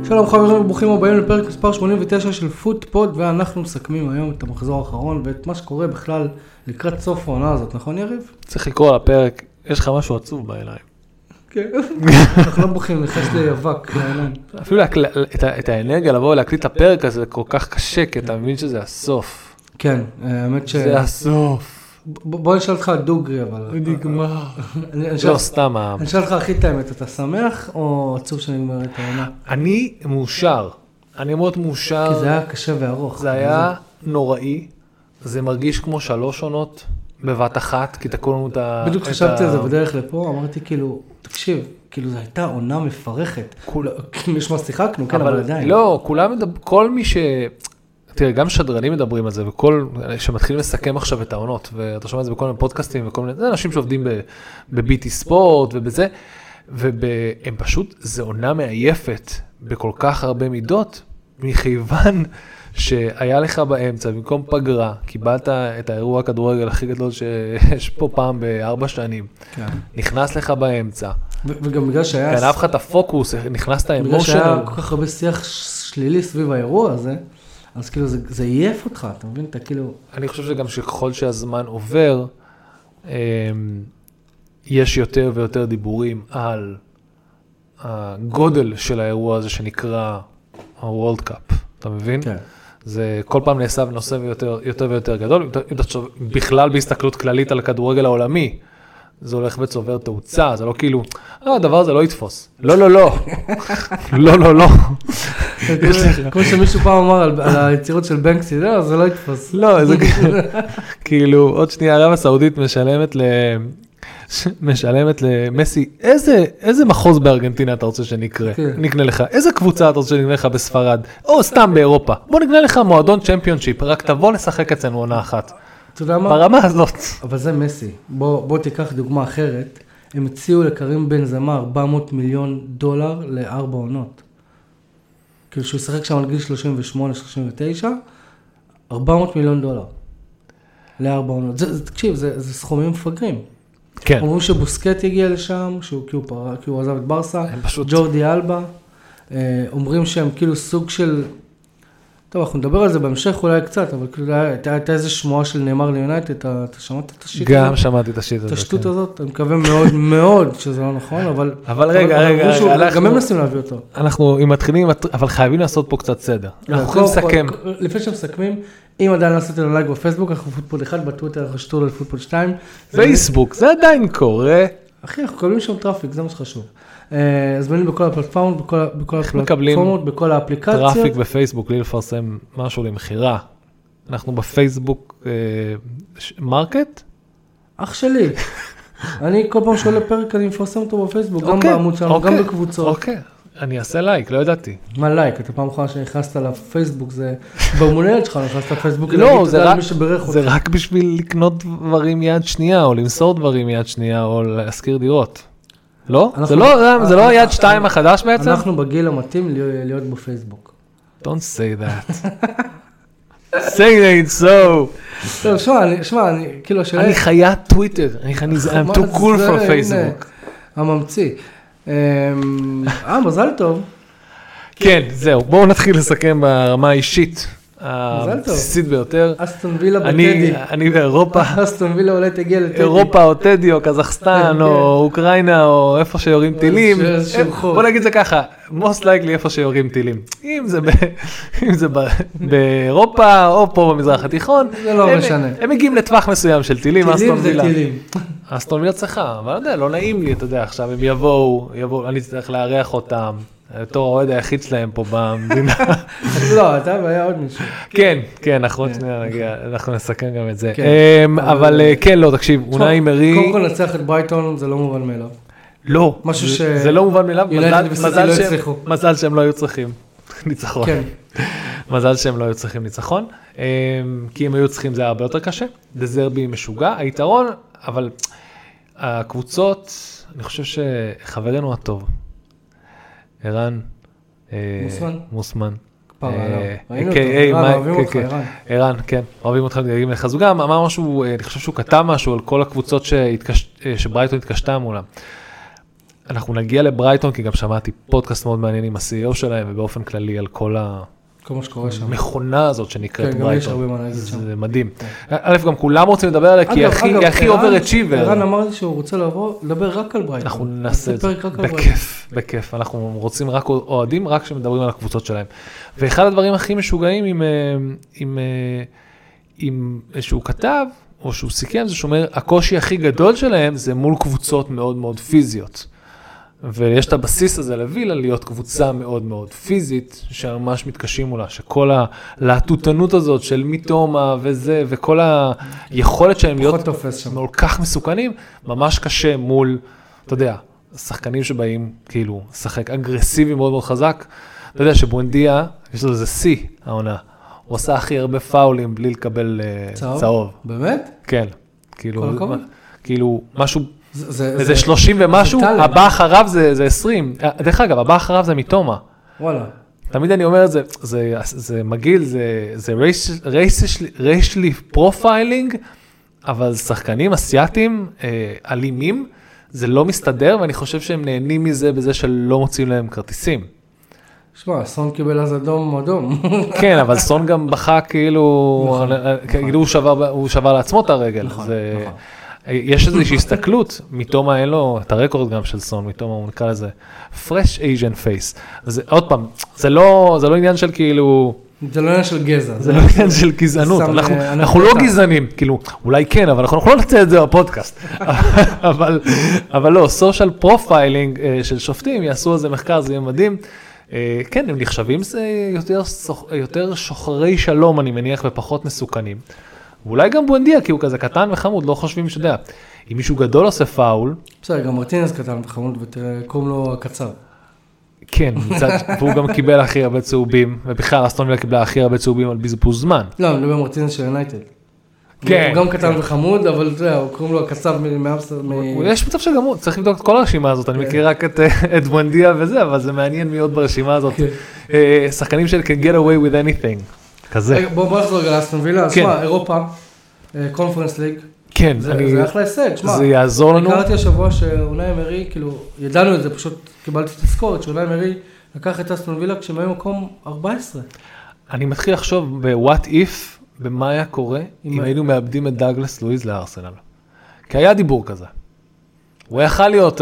שלום חברים וברוכים הבאים לפרק מספר 89 של פוטפוד, ואנחנו מסכמים היום את המחזור האחרון ואת מה שקורה בכלל לקראת סוף העונה הזאת, נכון יריב? צריך לקרוא לפרק, יש לך משהו עצוב בעיניים. כן, אנחנו לא ברוכים, נכנס לי אבק לעיניים. אפילו את האנרגיה לבוא ולהקליט את הפרק הזה, זה כל כך קשה, כי אתה מבין שזה הסוף. כן, האמת ש... זה הסוף. בוא נשאל אותך דוגרי, אבל... נגמר. לא, סתם. אני אשאל אותך הכי את האמת, אתה שמח או עצוב שנגמר את העונה? אני מאושר. אני מאוד מאושר. כי זה היה קשה וארוך. זה היה נוראי. זה מרגיש כמו 3 עונות בבת אחת, כי תקעו לנו את ה... בדיוק חשבתי על זה בדרך לפה, אמרתי כאילו, תקשיב, כאילו זו הייתה עונה מפרכת. יש מה שיחקנו, כן, אבל עדיין. לא, כל מי ש... תראה, גם שדרנים מדברים על זה, וכל, שמתחילים לסכם עכשיו את העונות, ואתה שומע את זה בכל מיני פודקאסטים, וכל מיני, זה אנשים שעובדים בביטי ספורט ובזה, והם פשוט, זה עונה מעייפת בכל כך הרבה מידות, מכיוון שהיה לך באמצע, במקום פגרה, קיבלת את האירוע הכדורגל הכי גדול שיש פה פעם ב4 שנים, נכנס לך באמצע. וגם בגלל שהיה... גנב לך את הפוקוס, נכנסת האמושן. בגלל שהיה כל כך הרבה שיח שלילי סביב האירוע הזה, אז כאילו זה עייף אותך, אתה מבין? אתה כאילו... אני חושב שגם שככל שהזמן עובר, יש יותר ויותר דיבורים על הגודל של האירוע הזה שנקרא הוורלד קאפ, אתה מבין? כן. זה כל פעם נעשה ונושא יותר ויותר גדול, בכלל בהסתכלות כללית על הכדורגל העולמי, זה הולך וצובר תאוצה, זה לא כאילו, הדבר הזה לא יתפוס. לא, לא, לא. לא, לא, לא. כמו שמישהו פעם אמר על היצירות של בנקסי, זה לא יתפוס. לא, זה כאילו, עוד שנייה, ערב הסעודית משלמת למסי, איזה מחוז בארגנטינה אתה רוצה שנקנה לך? איזה קבוצה אתה רוצה שנקנה לך בספרד? או סתם באירופה. בוא נקנה לך מועדון צ'מפיונשיפ, רק תבוא לשחק אצלנו עונה אחת. אתה יודע מה? ברמה הזאת. אבל זה מסי. בוא תיקח דוגמה אחרת. הם הציעו לקרים בנזמה $400 מיליון ל4 עונות. כאילו שהוא ישחק שם על גיל 38-39, $400 מיליון ל4 עונות. תקשיב, זה סכומים מפגרים. כן. אומרים שבוסקט יגיע לשם, כי הוא עזב את ברסה, ג'ורדי אלבה. אומרים שהם כאילו סוג של... טוב, אנחנו נדבר על זה בהמשך אולי קצת, אבל כאילו הייתה איזו שמועה של נאמר ליונייטד, אתה שמעת את השיט הזה? גם שמעתי את השיט הזה. את השטות הזאת, אני מקווה מאוד מאוד שזה לא נכון, אבל רגע, גם הם מנסים להביא אותו. אנחנו מתחילים, אבל חייבים לעשות פה קצת סדר. אנחנו יכולים לסכם. לפני שמסכמים, אם עדיין לעשות את הלייק בפייסבוק, אנחנו פוטפוד 1, בטוויטר אנחנו שטור לפוטפוד 2. פייסבוק, זה עדיין קורה. אחי, אנחנו קבלים שם טראפיק, זה מה שחשוב. אז בנים בכל הפלטפורמות, בכל הפלטפורמות, בכל האפליקציות. טראפיק בפייסבוק, לי לפרסם משהו למחירה. אנחנו בפייסבוק מרקט? אח שלי. אני כל פעם שואל לפרק, אני מפרסם אותו בפייסבוק, גם בעמוד שלנו, גם בקבוצות. אוקיי, אני אעשה לייק, לא ידעתי. מה לייק? אתה פעם אחרונה שנכנסת לפייסבוק, זה במונלת שלך, נכנסת לפייסבוק, לא, זה רק בשביל לקנות דברים יד שנייה, או למסור דברים יד שנייה, או להשכיר דירות. לא? זה לא יד 2 החדש בעצם? אנחנו בגיל המתאים להיות בפייסבוק. Don't say that. say it so. טוב, שמע, אני כאילו... אני חיית טוויטר. I'm too cool for Facebook. הממציא. מזל טוב. כן, זהו. בואו נתחיל לסכם ברמה האישית. הבסיסית ביותר. אסטון וילה בטדי. אני באירופה. אסטון וילה אולי תגיע לטדי. אירופה או טדי או קזחסטן או אוקראינה או איפה שיורים טילים. בוא נגיד זה ככה, most likely איפה שיורים טילים. אם זה באירופה או פה במזרח התיכון. זה לא משנה. הם מגיעים לטווח מסוים של טילים. טילים זה טילים. אסטון וילה צריכה, אבל לא נעים לי, אתה יודע, עכשיו הם יבואו, אני צריך לארח אותם. בתור האוהד היחיד שלהם פה במדינה. לא, אתה והיה עוד מישהו. כן, אנחנו נסכם גם את זה. אבל כן, לא, תקשיב, אונאי אמרי... קודם כל נצח את ברייטון, זה לא מובן מאליו. לא, זה לא מובן מאליו, מזל שהם לא היו צריכים ניצחון. מזל שהם לא היו צריכים ניצחון, כי הם היו צריכים, זה היה הרבה יותר קשה. דזרבי משוגע, היתרון, אבל הקבוצות, אני חושב שחברנו הטוב, ערן מוסמן. ערן, כן, אוהבים אותך לדגים לך. אז הוא גם אמר משהו, אני חושב שהוא כתב משהו על כל הקבוצות שברייטון התקשתה מולם. אנחנו נגיע לברייטון, כי גם שמעתי פודקאסט מאוד מעניין עם ה-CEO שלהם, ובאופן כללי על כל מה שקורה שם. המכונה הזאת שנקראת ברייטון. כן, גם יש הרבה מה להגיד שם. זה מדהים. א', גם כולם רוצים לדבר עליה, כי היא הכי אובר-אצ'יבר. ערן אמר לי שהוא רוצה לדבר רק על ברייטון. אנחנו נעשה את זה. בכיף, בכיף. אנחנו רוצים רק אוהדים, רק שמדברים על הקבוצות שלהם. ואחד הדברים הכי משוגעים עם שהוא כתב, או שהוא סיכם, זה שאומר, הקושי הכי גדול שלהם זה מול קבוצות מאוד מאוד פיזיות. ויש את הבסיס הזה לווילה להיות קבוצה מאוד מאוד פיזית, שממש מתקשים מולה, שכל הלהטוטנות הזאת של מיטומה וזה, וכל היכולת שלהם להיות כל כך מסוכנים, ממש קשה מול, אתה יודע, שחקנים שבאים כאילו לשחק אגרסיבי מאוד מאוד חזק. אתה יודע שבואנדיה, יש לו איזה C, העונה. הוא עשה הכי הרבה פאולים בלי לקבל צהוב. באמת? כן. כאילו, משהו... זה 30 ומשהו, הבא אחריו זה 20. דרך אגב, הבא אחריו זה מיטומה. וואלה. תמיד אני אומר את זה, זה מגעיל, זה racially profiling, אבל שחקנים אסיאטים אלימים, זה לא מסתדר, ואני חושב שהם נהנים מזה בזה שלא מוצאים להם כרטיסים. שמע, סון קיבל אז אדום. כן, אבל סון גם בכה כאילו הוא שבר לעצמו את הרגל. נכון. יש איזושהי הסתכלות, מיטומה אין לו את הרקורד גם של סון, מיטומה הוא נקרא לזה fresh Asian face. אז עוד פעם, זה לא עניין של כאילו... זה לא עניין של גזע. זה לא עניין של גזענות. אנחנו לא גזענים, כאילו, אולי כן, אבל אנחנו לא נצא את זה בפודקאסט. אבל לא, social profiling של שופטים, יעשו על זה מחקר, זה יהיה מדהים. כן, הם נחשבים זה יותר שוחרי שלום, אני מניח, ופחות מסוכנים. ואולי גם בואנדיה, כי הוא כזה קטן וחמוד, לא חושבים שיודע. אם מישהו גדול עושה פאול... בסדר, גם מרטינס קטן וחמוד, ותראה, קוראים לו הקצר. כן, והוא גם קיבל הכי הרבה צהובים, ובכלל אסטון וילה קיבלה הכי הרבה צהובים על בזבוז זמן. לא, אני מדבר מרטינס של יונייטד. כן. הוא גם קטן וחמוד, אבל אתה יודע, קוראים לו הקצר מאמסטרדם. יש מצב שגם הוא, צריך לבדוק את כל הרשימה הזאת, אני מכיר רק את בואנדיה וזה, אבל זה מעניין מאוד ברשימה הזאת. שחקנים של can get away with anything. כזה. בוא נחזור רגע לאסטון וילה, שמע, אירופה, קונפרנס ליג. כן. זה אחלה הישג, שמע. זה יעזור לנו. קראתי השבוע שאונאי אמרי, כאילו, ידענו את זה, פשוט קיבלתי תזכורת, שאונאי אמרי לקח את אסטון וילה כשהם היו מקום 14. אני מתחיל לחשוב ב-what if, במה היה קורה, אם היינו מאבדים את דאגלס לואיז לארסנל. כי היה דיבור כזה. הוא יכל להיות,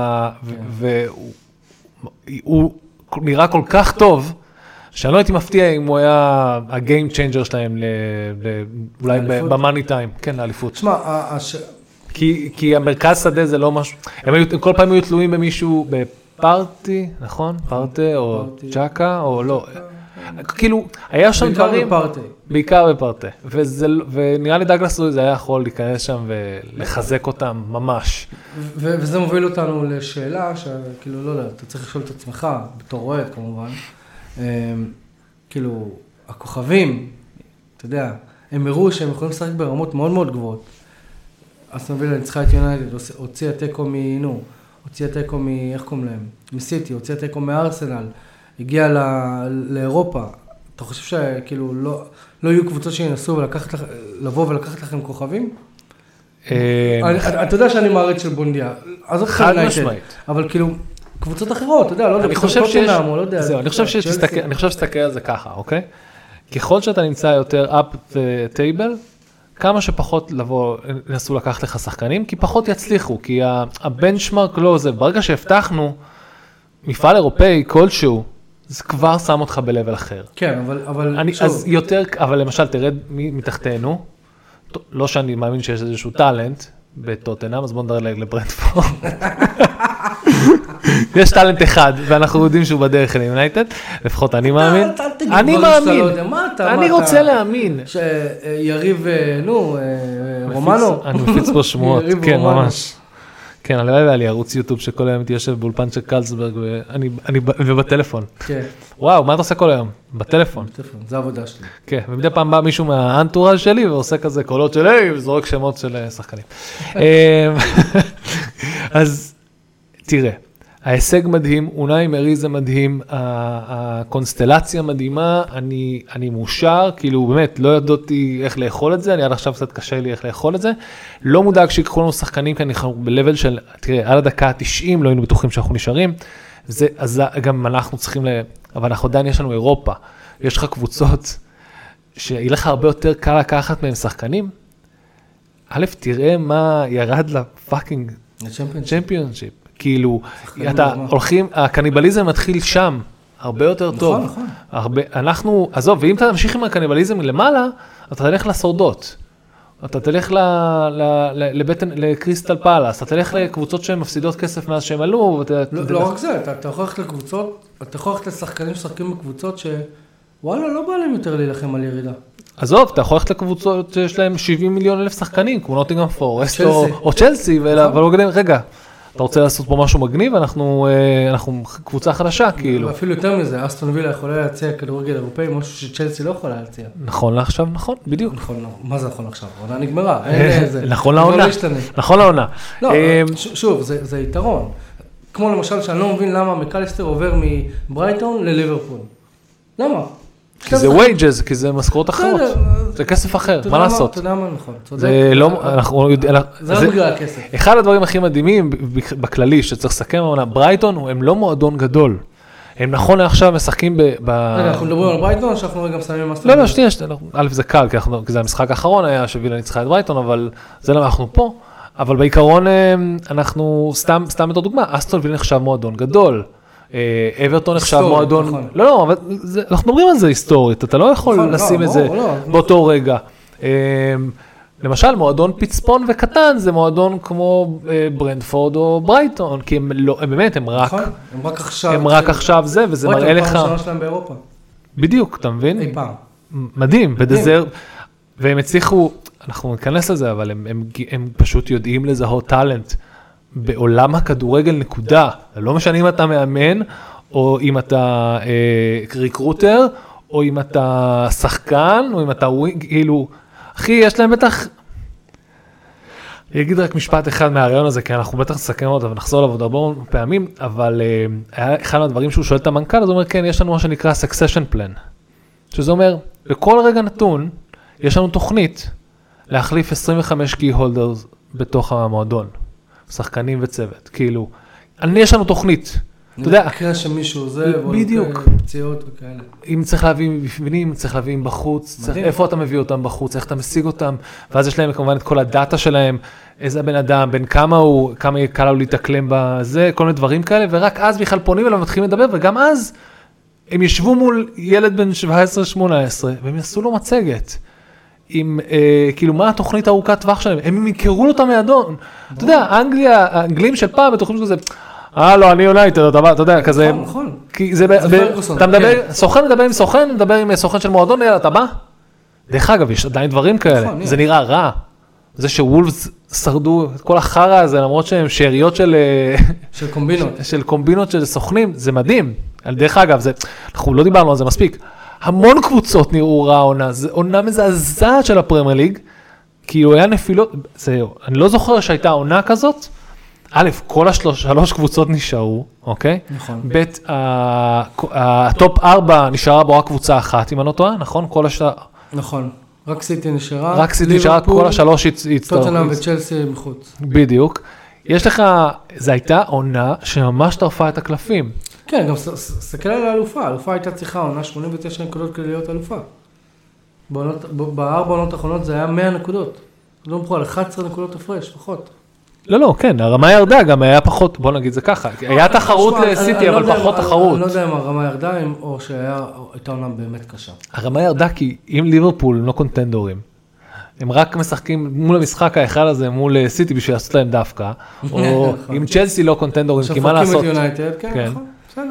והוא נראה כל כך טוב, שאני לא הייתי מפתיע אם הוא היה ה-game changer שלהם, אולי במאני טיים, כן, לאליפות. תשמע, כי המרכז שדה זה לא משהו, הם כל פעם היו תלויים במישהו בפארטי, נכון? פארטה או צ'קה, או לא. כאילו, היה שם דברים, בעיקר בפארטה, ונראה לי דאגלס לואיז היה יכול להיכנס שם ולחזק אותם ממש. וזה מוביל אותנו לשאלה, שכאילו, לא יודע, אתה צריך לשאול את עצמך, בתור אוהד כמובן, כאילו, הכוכבים, אתה יודע, הם הראו שהם יכולים לשחק ברמות מאוד מאוד גבוהות. אסטון וילה ניצחה את יונייטד, הוציאה תיקו הוציאה תיקו איך קוראים להם? מסיטי, הוציאה תיקו מארסנל, הגיעה לאירופה. אתה חושב שכאילו לא יהיו קבוצות שינסו לבוא ולקחת לכם כוכבים? אתה יודע שאני מעריץ של בונדיה. חד משמעית. אבל כאילו, קבוצות אחרות, אתה יודע, לא יודע, אני חושב שתסתכל על זה ככה, אוקיי? ככל שאתה נמצא יותר up the table, כמה שפחות נסו לקחת לך שחקנים, כי פחות יצליחו, כי הבנצ'מרק לא זה, ברגע שהבטחנו מפעל אירופאי כלשהו, זה כבר שם אותך בלבל אחר. כן, אבל אז יותר, אבל למשל תרד מתחתנו, לא שאני מאמין שיש איזשהו טלנט בטוטנהאם, אז בוא נדבר לברנטפורד. יש טלנט אחד, ואנחנו יודעים שהוא בדרך ליונייטד, לפחות אני מאמין. אני מאמין, אני רוצה להאמין. שיריב, רומנו. אני מפיץ פה שמועות, כן, ממש. כן, הלוואי היה לי ערוץ יוטיוב שכל היום מתיישב באולפן של קלסברג, ובטלפון. כן. וואו, מה אתה עושה כל היום? בטלפון. בטלפון, זה העבודה שלי. כן, ומדי פעם בא מישהו מהאנטוראז' שלי, ועושה כזה קולות של, וזורק שמות של שחקנים. אז תראה, ההישג מדהים, אונאי מרי זה מדהים, הקונסטלציה מדהימה, אני מאושר, כאילו באמת לא ידעתי איך לאכול את זה, אני עד עכשיו קצת קשה לי איך לאכול את זה, לא מודאג שיקחו לנו שחקנים, כי אנחנו בלבל של, תראה, על הדקה ה-90 לא היינו בטוחים שאנחנו נשארים, אז גם אנחנו צריכים, אבל אנחנו עדיין יש לנו אירופה, יש לך קבוצות שיהיה לך הרבה יותר קל לקחת מהם שחקנים, א', תראה מה ירד לפאקינג צ'מפיונשיפ. כאילו, אתה הולכים, הקניבליזם מתחיל שם, הרבה יותר טוב. נכון. אנחנו, עזוב, ואם אתה תמשיך עם הקניבליזם למעלה, אתה תלך לשורדות. אתה תלך לקריסטל פלאס, אתה תלך לקבוצות שהן מפסידות כסף מאז שהן עלו. לא רק זה, אתה יכול ללכת לקבוצות, אתה יכול ללכת לשחקנים ששחקים בקבוצות שוואלה, לא בא להם יותר להילחם על ירידה. עזוב, אתה יכול ללכת לקבוצות שיש להם 70 מיליון אלף שחקנים, כמו נוטינגהאם פורסט או צ'לסי, אבל לא גדולים, רגע, אתה רוצה לעשות פה משהו מגניב, אנחנו קבוצה חדשה, כאילו. ואפילו יותר מזה, אסטון וילה יכולה להציע כדורגל אירופאי, משהו שצ'לסי לא יכולה להציע. נכון לעכשיו, נכון, בדיוק. מה זה נכון עכשיו? העונה נגמרה. נכון לעונה. נכון לעונה. לא, שוב, זה יתרון. כמו למשל, שאני לא מבין למה מקליסטר עובר מברייטון לליברפול. למה? כי זה wages, כי זה משכורות אחרות. זה כסף אחר, מה לעשות? אתה יודע מה נכון, צודק. זה לא, זה רק בגלל הכסף. אחד הדברים הכי מדהימים בכללי שצריך לסכם, ברייטון הם לא מועדון גדול. הם נכון לעכשיו משחקים אנחנו מדברים על ברייטון, שאנחנו גם שמים מסתם. לא, שנייה, א' זה קל, כי זה המשחק האחרון היה שווילה ניצחה את ברייטון, אבל זה למה אנחנו פה. אבל בעיקרון אנחנו, סתם בתור דוגמה, אסטון וילה נחשב מועדון גדול. אברטון נחשב מועדון, לא, אבל אנחנו מדברים על זה היסטורית, אתה לא יכול לשים את זה באותו רגע. למשל, מועדון פיצפון וקטן, זה מועדון כמו ברנדפורד או ברייטון, כי הם באמת, הם רק עכשיו זה, וזה מראה לך... ברייטון פעם שנה שלהם באירופה. בדיוק, אתה מבין? אי פעם. מדהים, והם הצליחו, אנחנו ניכנס לזה, אבל הם פשוט יודעים לזהות טלנט. בעולם הכדורגל נקודה, לא משנה אם אתה מאמן, או אם אתה ריקרוטר, או אם אתה שחקן, או אם אתה כאילו, אחי, יש להם בטח, אני אגיד רק משפט אחד מהרעיון הזה, כי אנחנו בטח נסכם אותו ונחזור עליו עוד הרבה פעמים, אבל היה אחד מהדברים שהוא שואל את המנכ"ל, אז הוא אומר, כן, יש לנו מה שנקרא succession plan, שזה אומר, בכל רגע נתון, יש לנו תוכנית להחליף 25 key holders בתוך המועדון. שחקנים וצוות, כאילו, יש לנו תוכנית, אתה יודע, מקרה שמישהו עוזב, בדיוק, פציעות וכאלה. אם צריך להביא מבפנים, צריך להביא בחוץ, איפה אתה מביא אותם בחוץ, איך אתה משיג אותם, ואז יש להם כמובן את כל הדאטה שלהם, איזה בן אדם, בין כמה יהיה קל לו להתאקלם בזה, כל מיני דברים כאלה, ורק אז בכלל פונים אליו ומתחילים לדבר, וגם אז הם ישבו מול ילד בן 17-18, והם יעשו לו מצגת. עם, כאילו, מה התוכנית הארוכת טווח שלהם? הם יקראו לו את המועדון. אתה יודע, האנגלים של פעם, בטוחים שזה, לא, אני יונייטד, אתה יודע, כזה, נכון. כי זה, אתה מדבר, סוכן מדבר עם סוכן, מדבר עם סוכן של מועדון, יאללה, אתה בא? דרך אגב, יש עדיין דברים כאלה, זה נראה רע. זה שוולפס שרדו את כל החרא הזה, למרות שהם שאריות של קומבינות. של קומבינות של סוכנים, זה מדהים. דרך אגב, אנחנו לא דיברנו על זה מספיק. המון קבוצות נראו רע עונה, זה עונה מזעזעת של הפרמייר ליג, כי הוא היה נפילות, אני לא זוכר שהייתה עונה כזאת, א', כל השלוש קבוצות נשארו, אוקיי? נכון. ב', הטופ 4 נשארה בו רק קבוצה אחת, אם אני לא טועה, נכון? נכון, רק סיטי נשארה. רק סיטי נשארה, כל השלוש הצטרכו. טוטנהאם וצ'לסי מחוץ. בדיוק. יש לך, זו הייתה עונה שממש טרפה את הקלפים. כן, גם סתכל על האלופה, האלופה הייתה צריכה, עונה 89 נקודות כדי להיות אלופה. בארבע עונות האחרונות זה היה 100 נקודות. לא מבחור על 11 נקודות הפרש, פחות. לא, כן, הרמה ירדה, גם היה פחות, בוא נגיד זה ככה, היה תחרות לסיטי, אבל פחות תחרות. אני לא יודע אם הרמה ירדה, או שהייתה עונה באמת קשה. הרמה ירדה כי אם ליברפול הם לא קונטנדורים, הם רק משחקים מול המשחק האחד הזה, מול סיטי בשביל לעשות להם דווקא, או אם צ'לסי לא קונטנדורים, כי מה לעשות? שפוקים את יונייטד, כן, נכון, בסדר.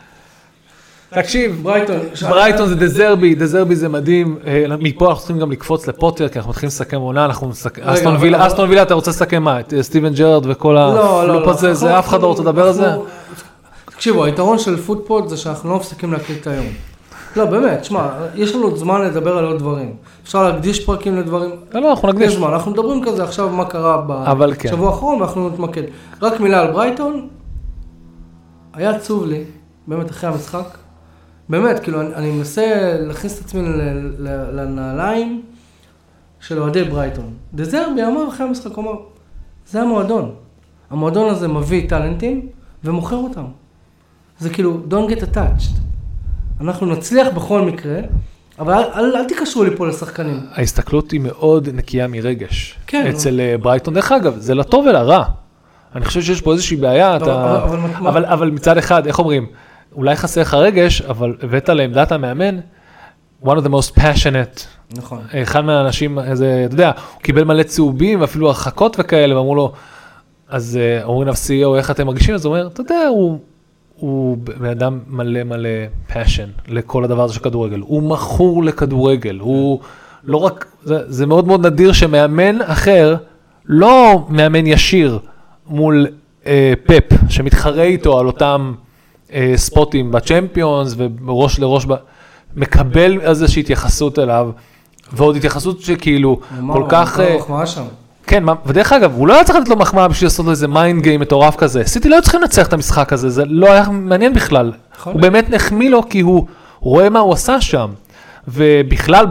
תקשיב, ברייטון זה דזרבי זה מדהים, מפה אנחנו צריכים גם לקפוץ לפוטר, כי אנחנו מתחילים לסכם עונה, אסטון וילה, אתה רוצה לסכם מה? את סטיבן ג'רארד וכל הפלופ הזה, זה אף אחד לא רוצה לדבר על זה? תקשיבו, היתרון של פוטפוד זה שאנחנו לא מפסיקים להקליט את היום. לא, באמת, שמע, יש לנו זמן לדבר על עוד דברים. אפשר להקדיש פרקים לדברים. לא, אנחנו נקדיש. אנחנו מדברים כזה עכשיו מה קרה בשבוע האחרון, ואנחנו נתמקד. רק מילה על ברייטון, היה עצוב לי, באמת אחרי המשחק, באמת, כאילו, אני מנסה להכניס את עצמי לנעליים של אוהדי ברייטון. דזרבי אמר אחרי המשחק, הוא אמר, זה המועדון. המועדון הזה מביא טלנטים ומוכר אותם. זה כאילו, don't get attached. אנחנו נצליח בכל מקרה, אבל אל תקשרו לי פה לשחקנים. ההסתכלות היא מאוד נקייה מרגש. כן. אצל ברייטון, דרך אגב, זה לטוב ולרע. אני חושב שיש פה איזושהי בעיה, אבל מצד אחד, איך אומרים, אולי חסר לך רגש, אבל הבאת לעמדת המאמן, one of the most passionate. נכון. אחד מהאנשים, אתה יודע, הוא קיבל מלא צהובים, ואפילו הרחקות וכאלה, ואמרו לו, אז אומרים ל-CEO, איך אתם מרגישים? אז הוא אומר, אתה יודע, הוא באדם מלא passion לכל הדבר הזה של כדורגל. הוא מכור לכדורגל. הוא לא רק, זה מאוד מאוד נדיר שמאמן אחר, לא מאמן ישיר מול פפ, שמתחרה איתו על אותם ספוטים בצ'מפיונס ובראש לראש, מקבל איזושהי התייחסות אליו, ועוד התייחסות שכאילו כל כך... מחמאה שם. כן, ודרך אגב, הוא לא היה צריך לתת לו מחמאה בשביל לעשות לו איזה מיינד גיים מטורף כזה. סיטי לא צריכים לנצח את המשחק הזה, זה לא היה מעניין בכלל. הוא באמת נחמיא לו כי הוא רואה מה הוא עשה שם. ובכלל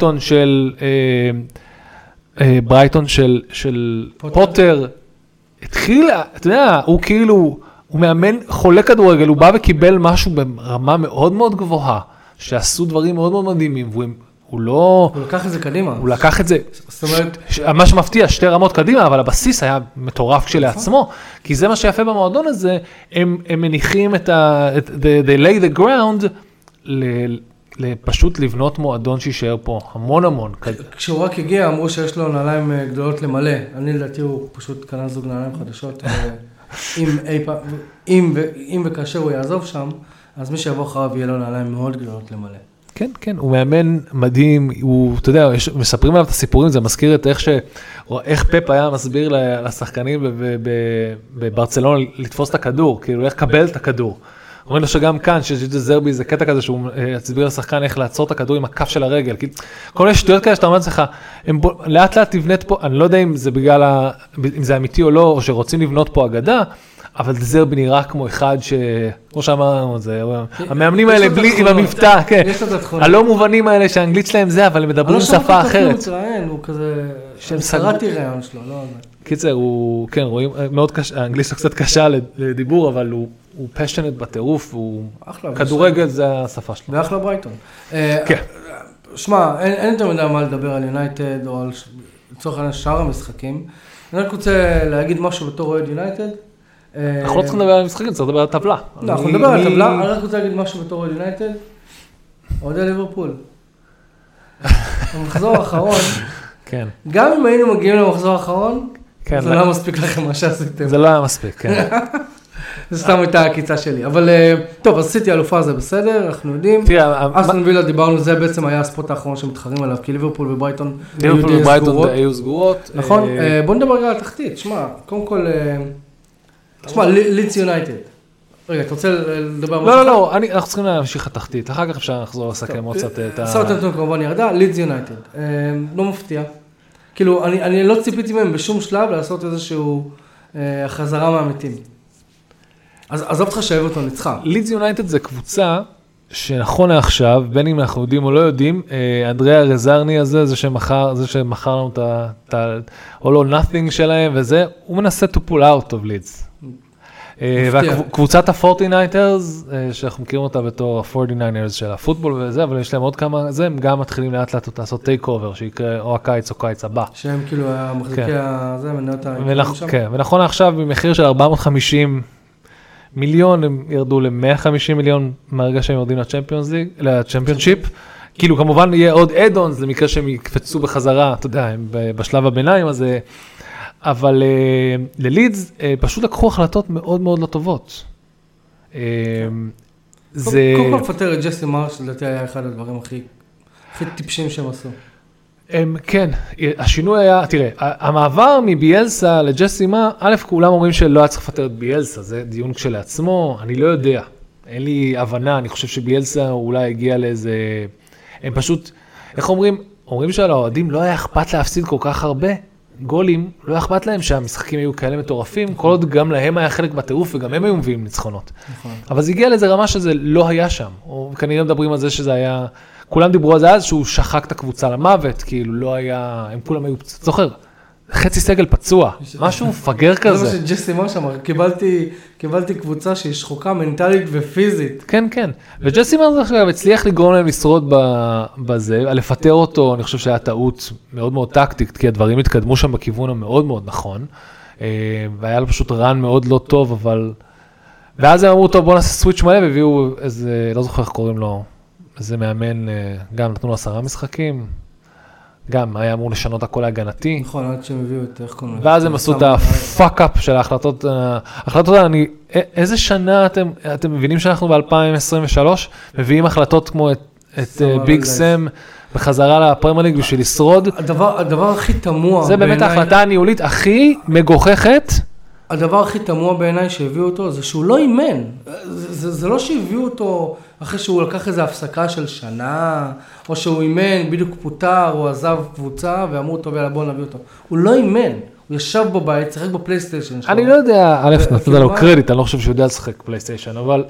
ברייטון של פוטר, התחיל, אתה יודע, הוא כאילו, הוא מאמן חולה כדורגל, הוא בא וקיבל משהו ברמה מאוד מאוד גבוהה, שעשו דברים מאוד מאוד מדהימים, הוא לא... הוא לקח את זה קדימה. הוא לקח את זה, מה שמפתיע, 2 רמות קדימה, אבל הבסיס היה מטורף כשלעצמו, כי זה מה שיפה במועדון הזה, הם מניחים את they lay the ground, פשוט לבנות מועדון שישאר פה המון. כשהוא רק הגיע, אמרו שיש לו נעליים גדולות למלא. אני לדעתי הוא פשוט קנה זוג נעליים חדשות. אם וכאשר הוא יעזוב שם, אז מי שיבוא אחריו יהיה לו נעליים מאוד גדולות למלא. כן, הוא מאמן מדהים, אתה יודע, מספרים עליו את הסיפורים, זה מזכיר את איך פפ היה מסביר לשחקנים בברצלונה לתפוס את הכדור, כאילו איך לקבל את הכדור. אומרים לו שגם כאן, שזרבי זה קטע כזה שהוא הסביר לשחקן איך לעצור את הכדור עם הכף של הרגל. כל מיני שטויות כאלה שאתה אומר לעצמך, לאט לאט תבנת פה, אני לא יודע אם זה בגלל, אם זה אמיתי או לא, או שרוצים לבנות פה אגדה, אבל זרבי נראה כמו אחד כמו שאמרנו, המאמנים האלה בלי, עם המבטא, כן. הלא מובנים האלה שהאנגלית שלהם זה, אבל הם מדברים שפה אחרת. הוא כזה, קראתי רעיון שלו, לא יודע. קיצר, הוא, כן, רואים, מאוד קשה, האנגלית שלו קצת קשה לדיבור, אבל הוא passionate בטירוף, כדורגל זה השפה שלו. ואחלה ברייטון. כן. שמע, אין יותר מדי מה לדבר על יונייטד, או על לצורך שאר המשחקים. אני רק רוצה להגיד משהו בתור אוהד יונייטד. אנחנו לא צריכים לדבר על המשחקים, צריך לדבר על הטבלה. לא, אנחנו נדבר על הטבלה, אני רק רוצה להגיד משהו בתור אוהד יונייטד. אוהדי ליברפול. המחזור האחרון, כן. גם אם היינו מגיעים למחזור האחרון, זה לא היה מספיק לכם מה שעשיתם. זה לא היה מספיק, כן. זה סתם הייתה הקיצה שלי. אבל טוב, אז סיטי אלופה זה בסדר, אנחנו יודעים. אסטון וילה דיברנו, זה בעצם היה הספוט האחרון שמתחרים עליו, כי ליברפול וברייטון היו סגורות. נכון, בוא נדבר רגע על התחתית. שמע, קודם כל, לידס יונייטד. רגע, אתה רוצה לדבר על משהו? לא, אנחנו צריכים להמשיך התחתית. אחר כך אפשר לחזור לסכם עוד קצת את ה... סאוטהמפטון כמובן ירדה, לידס יונייטד. לא מפתיע. כאילו, אני לא ציפיתי מהם בשום שלב לעשות איזשהו חזרה מהמתים. אז עזוב אותך שאהב אותו ניצחה. לידס יונייטד זה קבוצה שנכון עכשיו, בין אם אנחנו יודעים או לא יודעים, אנדריאה רזרני הזה, זה שמכר לנו את ה-all or nothing שלהם וזה, הוא מנסה to pull out of לידס. וקבוצת ה-49ers, שאנחנו מכירים אותה בתור ה-49ers של הפוטבול וזה, אבל יש להם עוד כמה, זה הם גם מתחילים לאט לאט לעשות טייק אובר, שיקרה או הקיץ או קיץ הבא. שהם כאילו המחזיקי הזה, מניות שם. כן, ונכון עכשיו, במחיר של 450 מיליון, הם ירדו ל-150 מיליון מהרגע שהם יורדים לצ'מפיונשיפ. כאילו כמובן יהיה עוד אד-אונס, למקרה שהם יקפצו בחזרה, אתה יודע, בשלב הביניים הזה, אבל ללידס פשוט לקחו החלטות מאוד מאוד לא טובות. קודם כל לפטר את ג'סי מרש, לדעתי היה אחד הדברים הכי טיפשים שהם עשו. כן, השינוי היה, תראה, המעבר מביאלסה לג'סי מה, א', כולם אומרים שלא היה צריך לפטר את ביאלסה, זה דיון כשלעצמו, אני לא יודע, אין לי הבנה, אני חושב שביאלסה אולי הגיע לאיזה, הם פשוט, איך אומרים שעל האוהדים לא היה אכפת להפסיד כל כך הרבה, גולים, לא אכפת להם שהמשחקים היו כאלה מטורפים, כל עוד גם להם היה חלק בטירוף, וגם הם היו מביאים ניצחונות. אבל זה הגיע לאיזה רמה שזה לא היה שם, או כנראה מדברים על זה שזה היה, כולם דיברו על זה אז, שהוא שחק את הקבוצה למוות, כאילו לא היה, הם כולם היו, זוכר, חצי סגל פצוע, משהו מפגר כזה. זה מה שג'סי אמר שם, קיבלתי קבוצה שהיא שחוקה מנטלית ופיזית. כן, כן. וג'סי אמר הצליח לגרום להם לשרוד בזה, לפטר אותו, אני חושב שהיה טעות מאוד מאוד טקטית, כי הדברים התקדמו שם בכיוון המאוד מאוד נכון, והיה לו פשוט רן מאוד לא טוב, אבל... ואז הם אמרו, טוב, בוא נעשה סוויץ' מלא, והביאו איזה, לא זוכר איך קוראים לו, איזה מאמן, גם נתנו לו 10 משחקים, גם היה אמור לשנות הכל ההגנתי. נכון, עד שהם הביאו את איך קוראים. ואז הם עשו את הפאק-אפ של ההחלטות. ההחלטות, איזה שנה אתם מבינים שאנחנו ב-2023? מביאים החלטות כמו את ביג סם בחזרה לפרמייר ליג בשביל לשרוד. הדבר הכי תמוה. זה באמת ההחלטה הניהולית הכי מגוחכת. הדבר הכי תמוה בעיניי שהביאו אותו זה שהוא לא אימן. זה לא שהביאו אותו אחרי שהוא לקח איזו הפסקה של שנה, או שהוא אימן, בדיוק פוטר, או עזב קבוצה, ואמרו טוב, יאללה בוא נביא אותו. הוא לא אימן, הוא ישב בבית, שיחק בפלייסטיישן שלו. אני לא יודע, א', נתת לו קרדיט, אני לא חושב שהוא יודע לשחק פלייסטיישן, אבל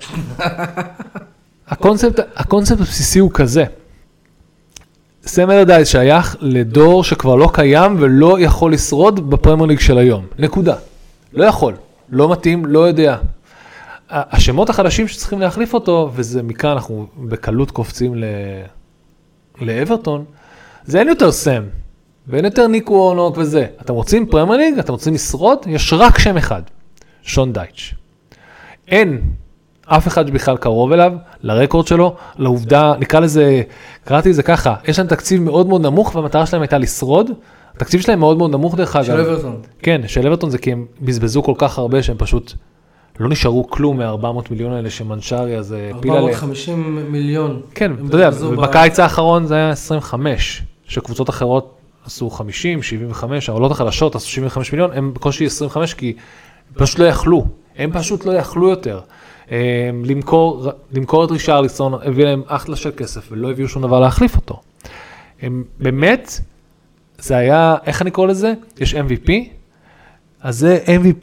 הקונספט הבסיסי הוא כזה. סם אלרדייס שייך לדור שכבר לא קיים ולא יכול לשרוד בפרמייר ליג של היום. נקודה. לא יכול, לא מתאים, לא יודע. השמות החדשים שצריכים להחליף אותו, וזה מכאן אנחנו בקלות קופצים לאברטון, זה אין יותר סם, ואין יותר ניקו אורנוק וזה. אתם רוצים פרמייר ליג, אתם רוצים לשרוד, יש רק שם אחד, שון דייטש. אין אף אחד שבכלל קרוב אליו, לרקורד שלו, לעובדה, נקרא לזה, קראתי את זה ככה, יש להם תקציב מאוד מאוד נמוך, והמטרה שלהם הייתה לשרוד, התקציב שלהם מאוד מאוד נמוך דרך אגב. של אברטון. כן, של אברטון זה כי הם בזבזו כל כך הרבה שהם פשוט לא נשארו כלום מה-400 מיליון האלה שמנשרי אז פילה 450 מיליון. כן, אתה יודע, בקיץ האחרון זה היה 25, שקבוצות אחרות עשו 50, 75, העולות החלשות עשו 75 מיליון, הם בקושי 25 כי פשוט לא יכלו, הם פשוט לא יכלו יותר. למכור את רישרליסון הביא להם אחלה של כסף ולא הביאו שום דבר להחליף אותו. הם באמת... זה היה, איך אני קורא לזה? יש MVP, אז זה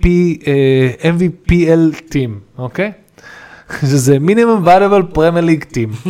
MVPL Team, אוקיי? שזה Minimum Valuable Premier League Team,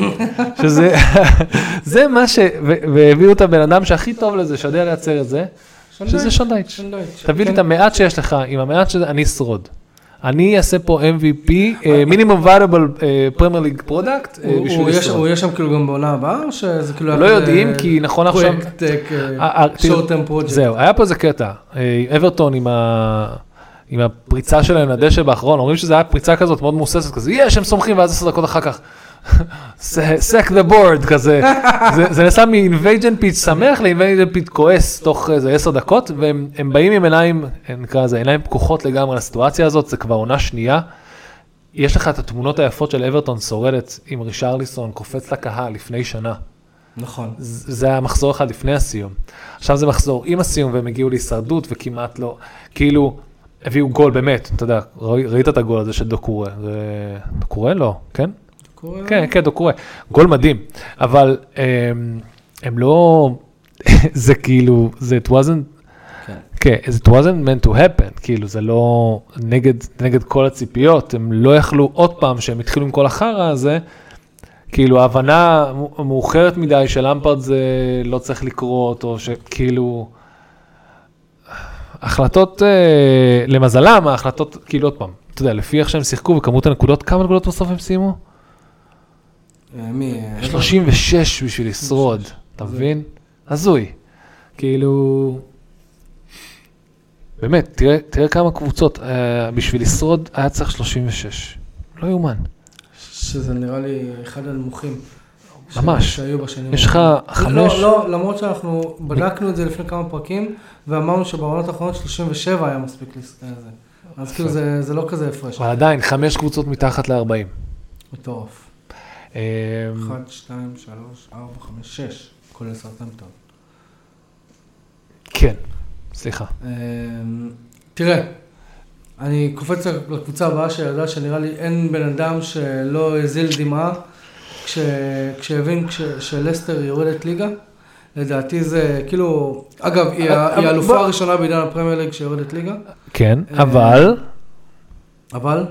זה מה והביאו את הבן אדם שהכי טוב לזה, שיודע לייצר את זה, שזה שון דייטש. תביא לי את המעט שיש לך, עם המעט שזה, אני אשרוד. אני אעשה פה MVP, Minimum Valuable Premier League Product, בשביל לשרוד. הוא יהיה שם כאילו גם בעונה הבאה, או שזה כאילו... לא יודעים, כי נכון עכשיו... short term project. זהו, היה פה איזה קטע. אברטון עם הפריצה שלהם לדשא באחרון, אומרים שזה היה פריצה כזאת מאוד מוססת, כזה, יש, הם סומכים, ואז 10 דקות אחר כך. sack the board, כזה. זה נעשה מ-invasion pitch שמח ל-invasion pitch כועס תוך איזה 10 דקות, והם באים עם עיניים, נקרא לזה, עיניים פקוחות לגמרי לסיטואציה הזאת, זה כבר עונה שנייה. יש לך את התמונות היפות של אברטון שורדת עם רישרליסון, קופץ לקהל לפני שנה. נכון. זה היה מחזור אחד לפני הסיום. עכשיו זה מחזור עם הסיום, והם הגיעו להישרדות, וכמעט לא, כאילו, הביאו גול באמת, אתה יודע, ראית את הגול הזה של דוקורה, זה דוקורה? לא, כן? כן, כן, דוקורה. גול מדהים, אבל הם לא, זה כאילו, זה it wasn't, כן, it wasn't meant to happen, כאילו זה לא נגד כל הציפיות, הם לא יכלו עוד פעם שהם התחילו עם כל החרא הזה, כאילו ההבנה מאוחרת מדי של למפרד זה לא צריך לקרות, או שכאילו, החלטות, למזלם, ההחלטות, כאילו עוד פעם, אתה יודע, לפי איך שהם שיחקו וכמות הנקודות, כמה נקודות בסוף הם סיימו? 36 בשביל לשרוד, אתה מבין? הזוי. כאילו, באמת, תראה כמה קבוצות, בשביל לשרוד היה צריך 36. לא יומן. שזה נראה לי אחד הנמוכים. ממש. שהיו בשנים. יש לך 5... לא, למרות שאנחנו בדקנו את זה לפני כמה פרקים, ואמרנו שבעונות האחרונות 37 היה מספיק לזה. אז כאילו זה לא כזה הפרש. אבל עדיין, 5 קבוצות מתחת ל-40. מטורף. 1, 2, 3, 4, 5, 6, כולל סרטמפטון. כן, סליחה. תראה, אני קופץ לקבוצה הבאה שידעה שנראה לי אין בן אדם שלא הזיל דמעה כשהבין שלסטר יורדת ליגה. לדעתי זה, כאילו, אגב, היא האלופה הראשונה בעידן הפרמייר ליג שיורדת ליגה. כן, אבל... אבל?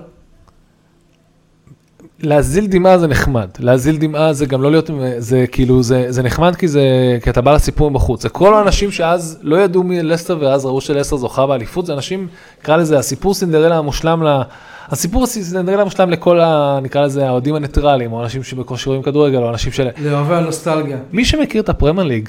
להזיל דמעה זה נחמד, להזיל דמעה זה גם לא להיות, זה כאילו, זה נחמד כי אתה בא לסיפור בחוץ, זה כל האנשים שאז לא ידעו מי לסטר ואז ראו שלסטר זוכה באליפות, זה אנשים, נקרא לזה, הסיפור סינדרלה המושלם, הסיפור סינדרלה המושלם לכל, נקרא לזה, האוהדים הניטרליים, או אנשים שבקושי רואים כדורגל, או אנשים של... לאוהבי הנוסטלגיה. מי שמכיר את הפרמייר ליג,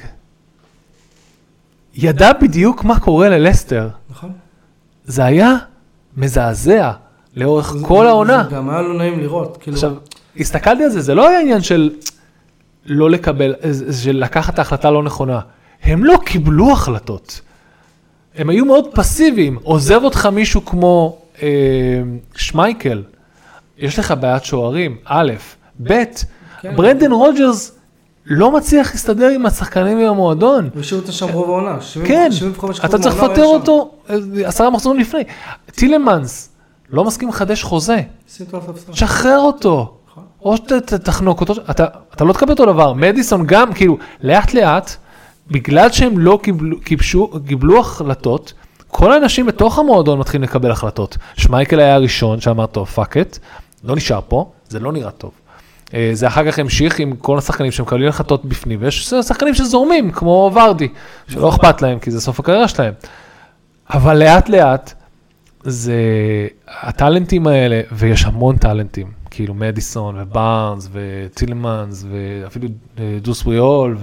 ידע בדיוק מה קורה ללסטר. נכון. זה היה מזעזע. לאורך כל העונה. זה גם היה לא נעים לראות. עכשיו, הסתכלתי על זה, זה לא היה עניין של לא לקבל, של לקחת ההחלטה לא נכונה. הם לא קיבלו החלטות. הם היו מאוד פסיביים. עוזב אותך מישהו כמו שמייקל. יש לך בעיית שוערים, א', ב', ברנדן רוג'רס לא מצליח להסתדר עם השחקנים והמועדון. ושאיר אותו שם רוב העונה. כן, אתה צריך לפטר אותו 10 מחזורים לפני. טילמנס, לא מסכים לחדש חוזה. שחרר אותו. או שתחנוק אותו. אתה לא תקבל אותו דבר. מדיסון גם, כאילו, לאט לאט, בגלל שהם לא קיבלו החלטות, כל האנשים בתוך המועדון מתחילים לקבל החלטות. שמייקל היה הראשון שאמר, טוב, פאק את, לא נשאר פה, זה לא נראה טוב. זה אחר כך המשיך עם כל השחקנים שמקבלים החלטות בפנים, ויש שחקנים שזורמים, כמו ורדי, שלא אכפת להם, כי זה סוף הקריירה שלהם. אבל לאט לאט, זה הטלנטים האלה, ויש המון טלנטים, כאילו מדיסון ובארנס וטילמנס ואפילו דוס ריול,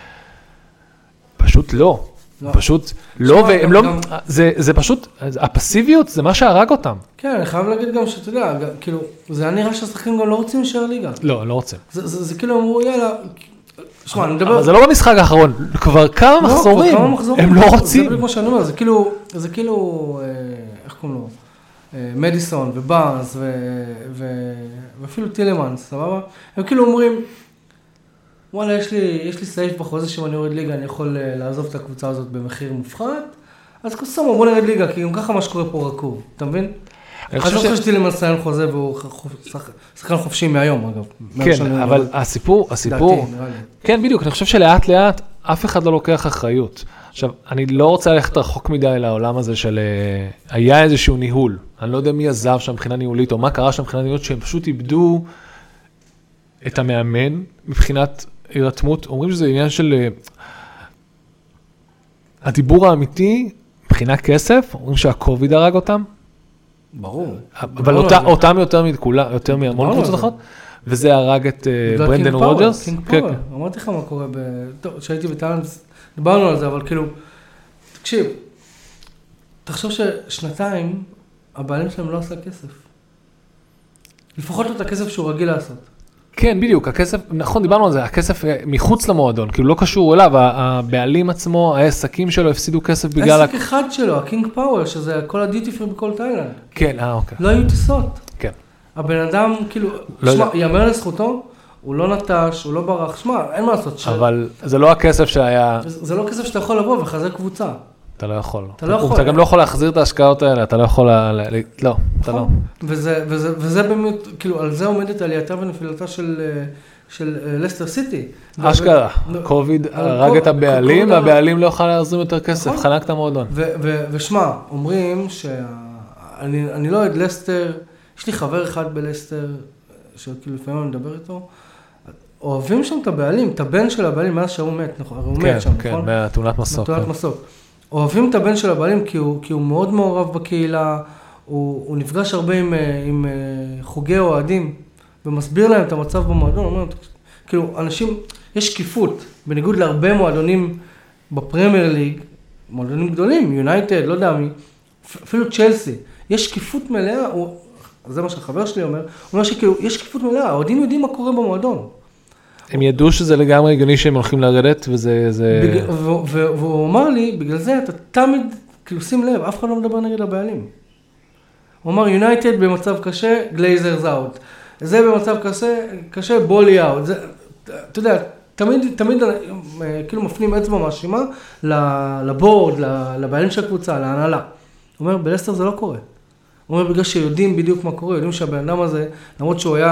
ופשוט לא, פשוט לא, והם לא, זה פשוט, הפסיביות זה מה שהרג אותם. כן, אני חייב להגיד גם שאתה יודע, כאילו, זה היה נראה שהשחקנים גם לא רוצים להישאר ליגה. לא, לא רוצים. זה כאילו אמרו, יאללה, שמע, אני מדבר... אבל זה לא במשחק האחרון, כבר כמה מחזורים, הם לא רוצים. זה בדיוק מה שאני אומר, זה כאילו, איך קוראים לו? מדיסון ובארנס ואפילו טילמנס, סבבה? הם כאילו אומרים, וואלה, יש לי סעיף בחוזה שאם אני יורד ליגה, אני יכול לעזוב את הקבוצה הזאת במחיר מופחת, אז כוסמו, בוא נרד ליגה, כי גם ככה מה שקורה פה רקוב, אתה מבין? אני חושב שטילמנס היה חוזה והוא שחקן חופשי מהיום, אגב. כן, אבל הסיפור, כן, בדיוק, אני חושב שלאט לאט אף אחד לא לוקח אחריות. עכשיו, אני לא רוצה ללכת רחוק מדי לעולם הזה של, היה איזשהו ניהול, אני לא יודע מי עזב שם מבחינה ניהולית, או מה קרה שם מבחינה ניהולית, שהם פשוט איבדו את המאמן מבחינת הירתמות, אומרים שזה עניין של הדיבור האמיתי, מבחינה כסף, אומרים שהקוביד הרג אותם. ברור. אבל אותם יותר מהמון קבוצות אחרות, וזה הרג את ברנדן רוג'רס. קינג פאוור, אמרתי לך מה קורה, כשהייתי בטלנס, דיברנו על זה, אבל כאילו, תקשיב, תחשוב ששנתיים, הבעלים שלהם לא עשה כסף. לפחות לא את הכסף שהוא רגיל לעשות. כן, בדיוק, הכסף, נכון, דיברנו על זה, הכסף מחוץ למועדון, כאילו לא קשור אליו, הבעלים עצמו, העסקים שלו הפסידו כסף בגלל... עסק אחד שלו, הקינג פאוור, שזה כל הדיוטי פרי בכל תאילנד. כן, אוקיי. לא היו טיסות. כן. הבן אדם, כאילו, שמע, יאמר לזכותו, הוא לא נטש, הוא לא ברח, שמע, אין מה לעשות. אבל זה לא הכסף שהיה... זה לא כסף שאתה יכול לבוא וחזק קבוצה. אתה לא יכול. אתה גם לא יכול להחזיר את ההשקעות האלה, אתה לא יכול... לא, אתה לא. וזה באמת, כאילו, על זה עומדת עלייתה ונפילתה של לסטר סיטי. אשכרה, קוביד הרג את הבעלים, והבעלים לא יכול להחזיר יותר כסף, חנק את המועדון. ושמע, אומרים אני לא יודע לסטר, יש לי חבר אחד בלסטר, שכאילו לפעמים אני מדבר איתו, אוהבים שם את הבעלים, את הבן של הבעלים, מאז שהוא מת, הוא מת שם, נכון? כן, מהתאונת מסוק. מהתאונת מסוק. אוהבים את הבן של הבעלים כי הוא מאוד מעורב בקהילה, הוא נפגש הרבה עם חוגי אוהדים, ומסביר להם את המצב במועדון, אומר, כאילו, אנשים, יש שקיפות, בניגוד להרבה מועדונים בפרמייר ליג, מועדונים גדולים, יונייטד, לא יודע מי, אפילו צ'לסי, יש שקיפות מלאה, זה מה שהחבר שלי אומר, הוא אומר שכאילו, יש שקיפות מלאה, האוהדים יודעים מה קורה במועדון. הם ידעו שזה לגמרי הגיוני שהם הולכים לרדת, וזה... והוא אמר לי, בגלל זה אתה תמיד, כאילו שים לב, אף אחד לא מדבר נגד הבעלים. הוא אמר, יונייטד במצב קשה, גלייזרס אאוט. זה במצב קשה, בולי אאוט. אתה יודע, תמיד כאילו מפנים אצבע מאשימה לבורד, לבעלים של הקבוצה, להנהלה. הוא אומר, בלסטר זה לא קורה. הוא אומר, בגלל שיודעים בדיוק מה קורה, יודעים שהבן אדם הזה, למרות שהוא היה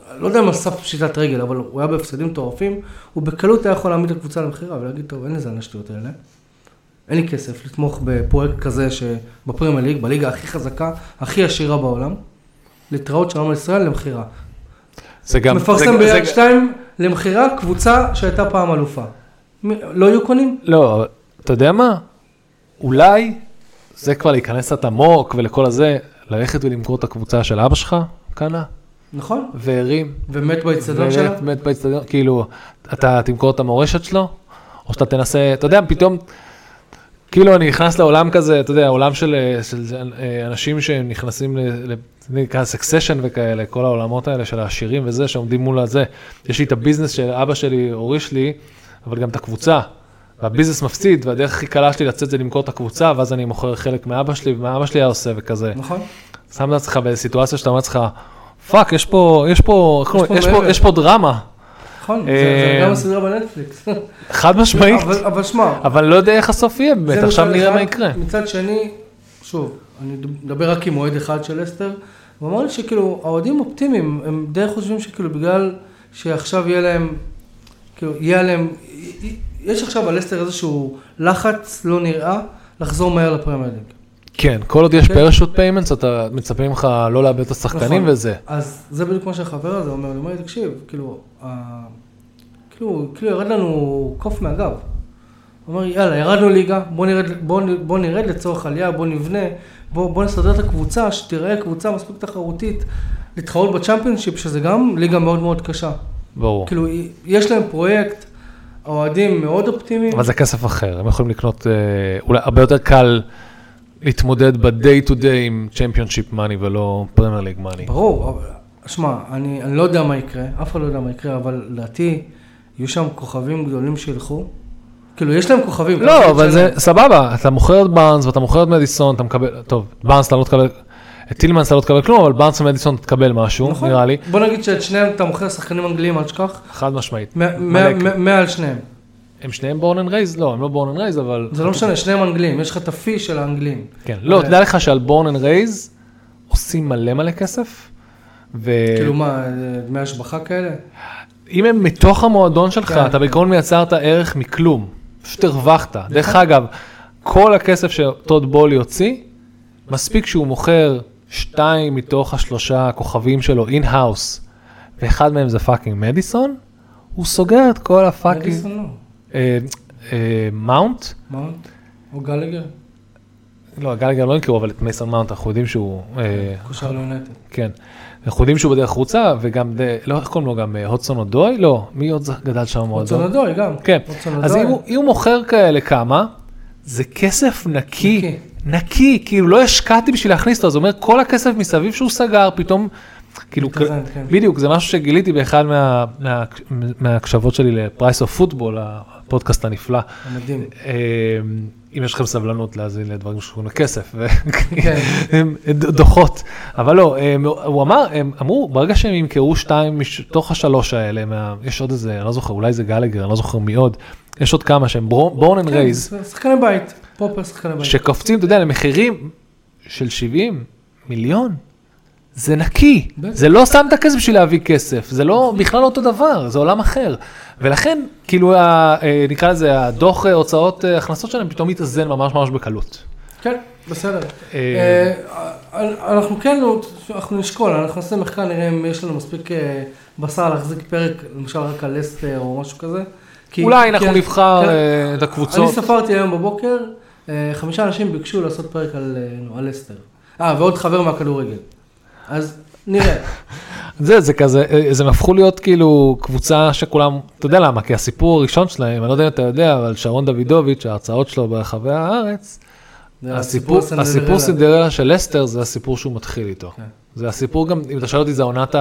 לא יודע אם אסף פשיטת רגל, אבל הוא היה בהפסדים מטורפים, הוא בקלות היה יכול להעמיד לקבוצה למחירה ולהגיד, טוב, אין לזה הנשטויות האלה. אין לי כסף לתמוך בפרויקט כזה שבפרמייר ליג, בליגה הכי חזקה, הכי עשירה בעולם, להתראות שלום לישראל למחירה. מפרסם ביד 2 למחירה קבוצה שהייתה פעם אלופה. לא יהיו קונים? לא, אתה יודע מה? אולי זה כבר להיכנס את עמוק ולכל הזה, ללכת ולמכור את הקבוצה של אבא שלך, קנה. נכון. והרים. ומת באצטדיון שלה? מת באצטדיון, כאילו, אתה תמכור את המורשת שלו, או שאתה תנסה, אתה יודע, פתאום, כאילו אני נכנס לעולם כזה, אתה יודע, עולם של אנשים שנכנסים נקרא סקסשן וכאלה, כל העולמות האלה של העשירים וזה, שעומדים מול הזה. יש לי את הביזנס של אבא שלי הוריש לי, אבל גם את הקבוצה. והביזנס מפסיד, והדרך הכי קלה שלי לצאת זה למכור את הקבוצה, ואז אני מוכר חלק מאבא שלי, ומה אבא שלי היה עושה וכזה. נכון. שם לעצמך בסיטואציה שאתה אומר לעצמך, פאק, יש פה דרמה. נכון, זה גם הסדרה בנטפליקס. חד משמעית. אבל שמע. אבל לא יודע איך הסוף יהיה, באמת, עכשיו נראה מה יקרה. מצד שני, שוב, אני מדבר רק עם מועד אחד של לסטר, הוא אמר לי שכאילו, האוהדים אופטימיים, הם די חושבים שכאילו בגלל שעכשיו יהיה להם, כאילו, יהיה להם, יש עכשיו על לסטר איזשהו לחץ לא נראה, לחזור מהר לפרמייר ליג. כן, כל עוד יש פרשוט פיימנטס, אתה מצפים לך לא לאבד את השחקנים וזה. אז זה בדיוק כמו שהחבר הזה אומר, הוא אומר, תקשיב, כאילו ירד לנו קוף מהגב. הוא אומר, יאללה, ירדנו ליגה, בוא נרד לצורך עלייה, בוא נבנה, בוא נסדר את הקבוצה, שתראה קבוצה מספיק תחרותית, להתחרות בצ'אמפיונשיפ, שזה גם ליגה מאוד מאוד קשה. ברור. כאילו, יש להם פרויקט, האוהדים מאוד אופטימיים. אבל זה כסף אחר, הם יכולים לקנות, אולי הרבה יותר קל להתמודד ב-day to day עם championship money ולא premier league money. ברור, שמע, אני לא יודע מה יקרה, אף אחד לא יודע מה יקרה, אבל לדעתי, יהיו שם כוכבים גדולים שילכו. כאילו, יש להם כוכבים. לא, אבל זה סבבה, אתה מוכר את בארנס ואתה מוכר את מדיסון, אתה מקבל, טוב, בארנס אתה לא תקבל, את טילמנס אתה לא תקבל כלום, אבל בארנס ומדיסון תקבל משהו, נראה לי. בוא נגיד שאת שניהם אתה מוכר שחקנים אנגליים, אל תשכח. חד משמעית. מעל שניהם. הם שניהם בורן אנד רייז? לא, הם לא בורן אנד רייז, אבל... זה לא משנה, שניהם אנגליים, יש לך את הפי של האנגליים. כן, לא, תדע לך שעל בורן אנד רייז עושים מלא כסף, כאילו מה, דמי השבחה כאלה? אם הם מתוך המועדון שלך, אתה בעיקרון מייצרת ערך מכלום, פשוט הרווחת. דרך אגב, כל הכסף שטוד בול יוציא, מספיק שהוא מוכר 2 מתוך 3 הכוכבים שלו אין-האוס, ואחד מהם זה פאקינג מדיסון, הוא סוגר את כל הפאקינג... מדיסון לא. מאונט? מאונט? או גלגר? לא, גלגר לא נקראו, אבל את מייסון מאונט, אנחנו יודעים שהוא... קושר ליונטד. כן. אנחנו יודעים שהוא בדרך חוצה, וגם, לא, איך קוראים לו, גם הודסון אודוי? לא, מי עוד גדל שם מאוד? הודסון אודוי, גם. כן. אז אם הוא מוכר כאלה כמה, זה כסף נקי. נקי, כאילו לא השקעתי בשביל להכניס אותו, זאת אומרת, כל הכסף מסביב שהוא סגר, פתאום, כאילו, בדיוק, זה משהו שגיליתי באחד מהקשבות שלי לפרייס אוף פוטבול, הפודקאסט הנפלא. מדהים. אם יש לכם סבלנות להזין לדברים שקוראים לכסף, דוחות. אבל לא, הוא אמר, הם אמרו, ברגע שהם ימכרו 2 מתוך 3 האלה, יש עוד איזה, אני לא זוכר, אולי זה גלגר, אני לא זוכר מי עוד, יש עוד כמה שהם בורן אנד רייז. שחקני בית, פרופר שחקני בית. שקופצים, אתה יודע, למחירים של 70 מיליון. זה נקי, זה לא שם את הכסף בשביל להביא כסף, זה לא, בכלל לא אותו דבר, זה עולם אחר. ולכן, כאילו, נקרא לזה, הדוח הוצאות הכנסות שלהם פתאום מתאזן ממש בקלות. כן, בסדר. אנחנו כן, אנחנו נשקול, אנחנו נעשה מחקר, נראה אם יש לנו מספיק בשר להחזיק פרק, למשל רק על לסטר או משהו כזה. אולי אנחנו נבחר את הקבוצות. אני ספרתי היום בבוקר, 5 אנשים ביקשו לעשות פרק על לסטר. ועוד חבר מהכדורגל. אז נראה. זה כזה, הם הפכו להיות כאילו קבוצה שכולם, אתה יודע למה, כי הסיפור הראשון שלהם, אני לא יודע אם אתה יודע, אבל שרון דוידוביץ', ההרצאות שלו ברחבי הארץ, הסיפור סינדרלה של לסטר, זה הסיפור שהוא מתחיל איתו. זה הסיפור גם, אם אתה שואל אותי, זה עונת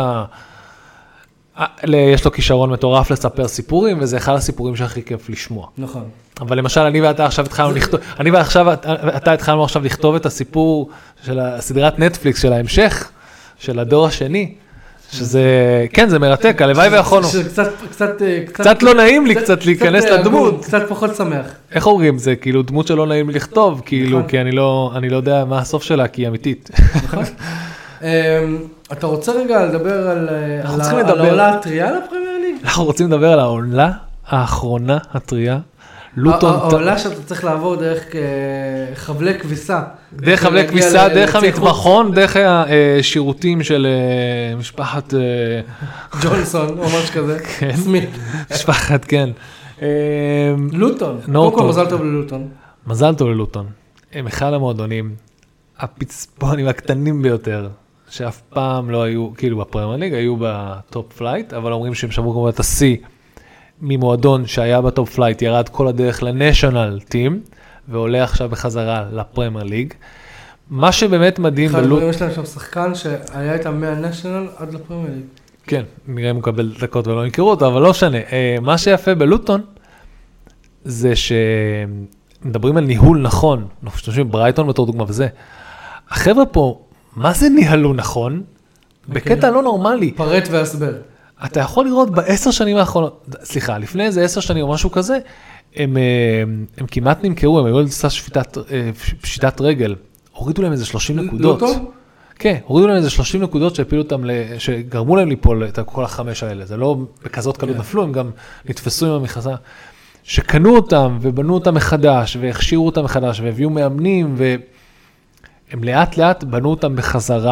יש לו כישרון מטורף לספר סיפורים, וזה אחד הסיפורים שהכי כיף לשמוע. נכון. אבל למשל, אני ואתה עכשיו התחלנו עכשיו לכתוב את הסיפור של הסדרת נטפליקס של ההמשך, של הדור השני, שזה, כן, זה מרתק, הלוואי ויכולנו. קצת לא נעים לי קצת להיכנס לדמות. קצת פחות שמח. איך אומרים? זה כאילו דמות שלא נעים לי לכתוב, כאילו, כי אני לא יודע מה הסוף שלה, כי היא אמיתית. אתה רוצה רגע לדבר על העונה הטריה לפרמייר ליג? אנחנו רוצים לדבר על העונה האחרונה הטריה. העולה שאתה צריך לעבור דרך חבלי כביסה. דרך חבלי כביסה, דרך המטבחון, דרך השירותים של משפחת ג'ונסון או משהו כזה. כן, משפחת, כן. לוטון, קודם כל מזל טוב ללוטון. מזל טוב ללוטון. הם אחד המועדונים, הפצפונים הקטנים ביותר, שאף פעם לא היו, כאילו בפרמייר ליג, היו בטופ פלייט, אבל אומרים שהם שברו כמובן את השיא, ממועדון שהיה בטופ פלייט, ירד כל הדרך לנשיונל טים, ועולה עכשיו בחזרה לפרמייר ליג. מה שבאמת מדהים... אחד הדברים יש להם שם שחקן שהיה איתם מהנשיונל עד לפרמייר ליג. כן, נראה אם הוא מקבל דקות ולא ינקרו אותו, אבל לא משנה. מה שיפה בלוטון, זה שמדברים על ניהול נכון, אנחנו משתמשים ברייטון בתור דוגמה וזה. החבר'ה פה, מה זה ניהלו נכון? בקטע לא נורמלי. פרט והסבר. אתה יכול לראות ב10 שנים האחרונות, סליחה, לפני איזה 10 שנים או משהו כזה, הם כמעט נמכרו, הם היו על פשיטת רגל, הורידו להם איזה 30 נקודות. לוטון? כן, הורידו להם איזה 30 נקודות שהפילו אותם, שגרמו להם ליפול את כל החמש האלה, זה לא בכזאת קלות נפלו, הם גם נתפסו עם המכסה, שקנו אותם ובנו אותם מחדש, והכשירו אותם מחדש, והביאו מאמנים, והם לאט לאט בנו אותם בחזרה.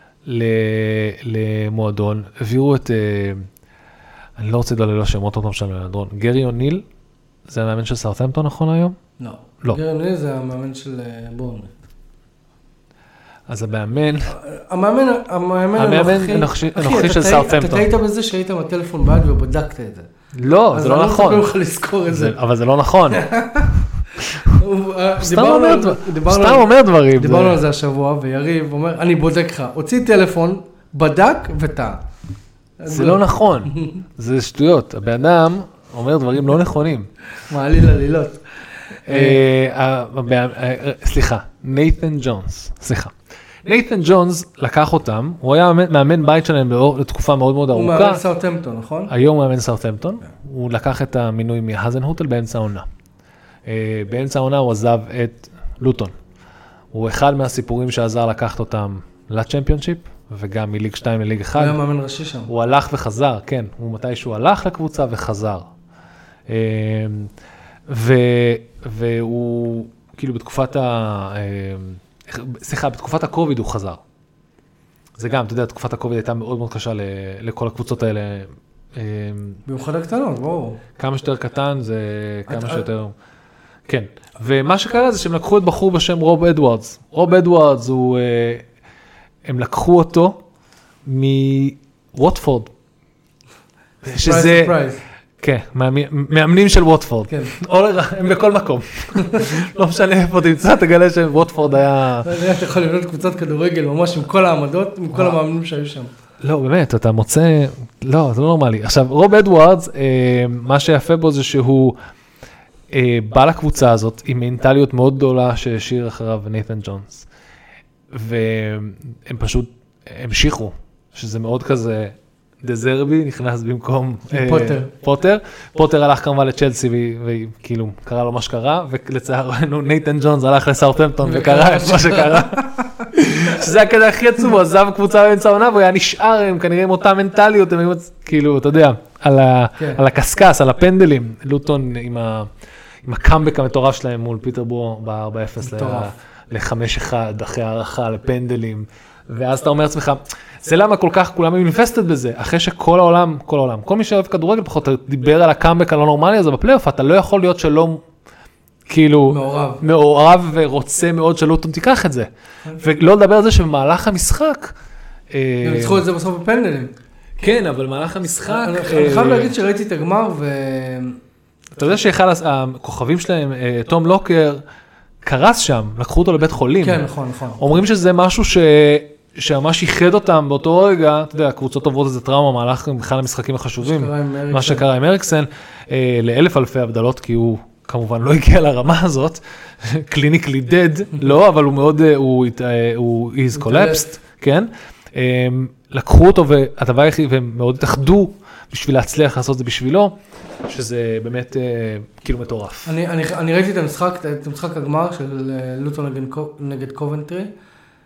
למועדון, הביאו את, אני לא רוצה לדלל לשמות אותם של המועדון, גרי אוניל, זה המאמן של סאות'המפטון נכון היום? לא. גרי אוניל זה המאמן של בורנמות'. אז המאמן הנוכחי של סאות'המפטון. אתה טעית בזה שהיית עם הטלפון ביד ובדקת את זה. לא, זה לא נכון. אז אני לא יכול לזכור את זה. אבל זה לא נכון. סתם אומר דברים. דיברנו על זה השבוע, ויריב אומר, אני בודק לך. הוציא טלפון, בדק וטע. זה לא נכון. זה שטויות. הבן אדם אומר דברים לא נכונים. מעליל עלילות. סליחה, נייתן ג'ונס. סליחה. נייתן ג'ונס לקח אותם, הוא היה מאמן בית שלהם לתקופה מאוד מאוד ארוכה. הוא מאמן סאות'המפטון, נכון? היום הוא מאמן סאות'המפטון. הוא לקח את המינוי מהזנהוטל באמצע העונה. באמצע העונה הוא עזב את לוטון. הוא אחד מהסיפורים שעזר לקחת אותם לצ'מפיונשיפ, וגם מליג 2 לליג 1. הוא היה מאמן ראשי שם. הוא הלך וחזר, כן. הוא מתישהו הלך לקבוצה וחזר. והוא, כאילו בתקופת הקוביד הוא חזר. זה גם, אתה יודע, תקופת הקוביד הייתה מאוד מאוד קשה לכל הקבוצות האלה. במיוחד הקטנות, ברור. כמה שיותר קטן זה כמה שיותר... כן, ומה שקרה זה שהם לקחו את בחור בשם רוב אדוארדס. רוב אדוארדס הוא, הם לקחו אותו מווטפורד. שזה, כן, מאמנים של ווטפורד. כן. הם בכל מקום. לא משנה איפה תמצא, תגלה שווטפורד היה... אתה יכול לבנות קבוצת כדורגל ממש עם כל העמדות, עם כל המאמנים שהיו שם. לא, באמת, אתה מוצא... לא, זה לא נורמלי. עכשיו, רוב אדוארדס, מה שיפה בו זה שהוא... בא לקבוצה הזאת עם מנטליות מאוד גדולה שהשאיר אחריו נייתן ג'ונס. והם פשוט המשיכו, שזה מאוד כזה, דזרבי נכנס במקום פוטר. פוטר הלך כמובן לצ'לסי וכאילו קרה לו מה שקרה, ולצערנו נייתן ג'ונס הלך לסאות'המפטון וקרה את מה שקרה. שזה היה כזה הכי עצוב, הוא עזב קבוצה באמצע העונה, והוא היה נשאר הם כנראה עם אותה מנטליות, הם היו כאילו, אתה יודע, על הקסקס, על הפנדלים, לוטון עם הקאמבק המטורף שלהם מול פיטרבורו ב-4-0 ל-5-1 אחרי הערכה לפנדלים, ואז אתה אומר לעצמך, זה למה כל כך כולם אינפסטד בזה, אחרי שכל העולם, כל מי שאוהב כדורגל פחות דיבר על הקאמבק הלא נורמלי הזה בפלייאוף, אתה לא יכול להיות שלא כאילו מעורב ורוצה מאוד שלוטון תיקח את זה, ולא לדבר על זה שבמהלך המשחק, הם ניצחו את זה בסוף בפנדלים. כן, אבל במהלך המשחק... אני חייב להגיד שראיתי את הגמר ו... אתה יודע שאחד הכוכבים שלהם, תום לוקר, קרס שם, לקחו אותו לבית חולים. כן, נכון. אומרים שזה משהו שממש ייחד אותם באותו רגע, אתה יודע, קבוצות עוברות איזה טראומה, מהלך בכלל המשחקים החשובים, מה שקרה עם אריקסן, לאלף אלפי הבדלות, כי הוא כמובן לא הגיע לרמה הזאת, קליניקלי דד, לא, אבל הוא מאוד, הוא is collapsed, כן? לקחו אותו והדבר היחיד, והם מאוד התאחדו בשביל להצליח לעשות את זה בשבילו, שזה באמת כאילו מטורף. אני ראיתי את המשחק הגמר של לוטון נגד קובנטרי,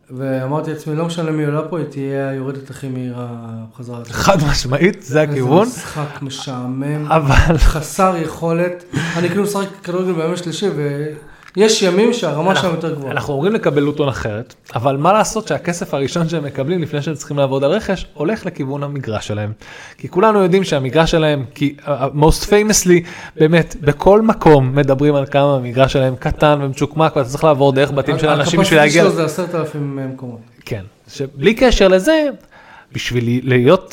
ואמרתי לעצמי, לא משנה מי עולה פה, היא תהיה היורדת הכי מהירה בחזרה. חד משמעית, זה הכיוון. זה משחק משעמם, אבל חסר יכולת. אני כאילו משחק כדורגל ביום השלישי, ויש ימים שהרמה שלהם יותר גבוהה. אנחנו אומרים לקבל לוטון אחרת, אבל מה לעשות שהכסף הראשון שהם מקבלים לפני שהם צריכים לעבוד על רכש, הולך לכיוון המגרש שלהם. כי כולנו יודעים שהמגרש שלהם, כי most famously, באמת, בכל מקום מדברים על כמה המגרש שלהם קטן ומצ'וקמק, ואתה צריך לעבור דרך בתים של אנשים בשביל להגיע. הקפסיטי שלו זה 10,000 מקומות. כן, שבלי קשר לזה, בשביל להיות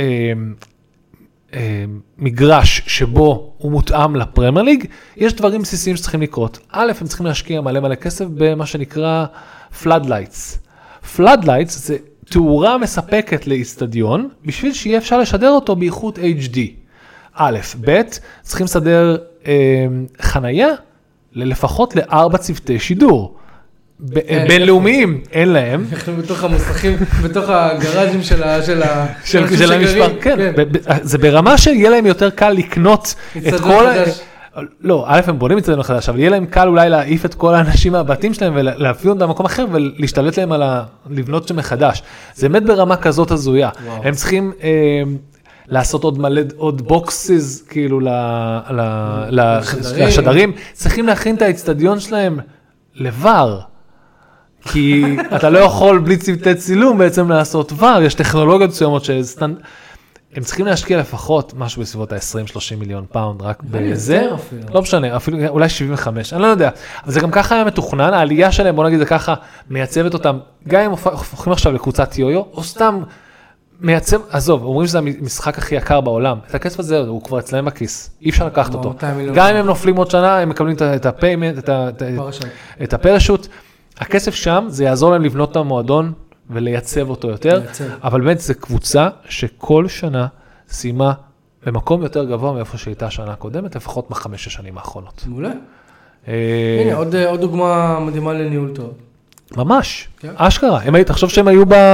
מגרש שבו הוא מותאם לפרמייר ליג, יש דברים בסיסיים שצריכים לקרות. א', הם צריכים להשקיע מלא כסף במה שנקרא floodlights. floodlights זה תאורה מספקת לאצטדיון, בשביל שיהיה אפשר לשדר אותו באיכות HD. א', ב', צריכים לסדר חנייה לפחות ל4 צוותי שידור. בינלאומיים, אין להם. בתוך המוסכים, בתוך הגראז'ים של המשפט, כן. זה ברמה שיהיה להם יותר קל לקנות את כל... לא, א' הם בונים אצלנו חדש, אבל יהיה להם קל אולי להעיף את כל האנשים מהבתים שלהם ולהביא אותם במקום אחר ולהשתלט להם על לבנות שם מחדש. זה באמת ברמה כזאת הזויה. הם צריכים לעשות עוד בוקסיס כאילו לשדרים. צריכים להכין את האצטדיון שלהם לבר. כי אתה לא יכול בלי צוותי צילום בעצם לעשות ור, יש טכנולוגיות מסוימות הם צריכים להשקיע לפחות משהו בסביבות ה-20-30 מיליון פאונד רק בזה, לא משנה, אפילו אולי 75, אני לא יודע, אבל זה גם ככה היה מתוכנן, העלייה שלהם, בוא נגיד זה ככה, מייצבת אותם, גם אם הופכים עכשיו לקבוצת יו-יו, או סתם מייצב, עזוב, אומרים שזה המשחק הכי יקר בעולם, את הכסף הזה הוא כבר אצלהם בכיס, אי אפשר לקחת אותו, גם אם הם נופלים עוד שנה, הם מקבלים את הפיימנט, את הפרשוט, הכסף שם זה יעזור להם לבנות את המועדון ולייצב אותו יותר, אבל באמת זו קבוצה שכל שנה סיימה במקום יותר גבוה מאיפה שהייתה שנה קודמת, לפחות ב5-6 שנים האחרונות. מעולה. הנה, עוד דוגמה מדהימה לניהול טוב. ממש, אשכרה. תחשוב שהם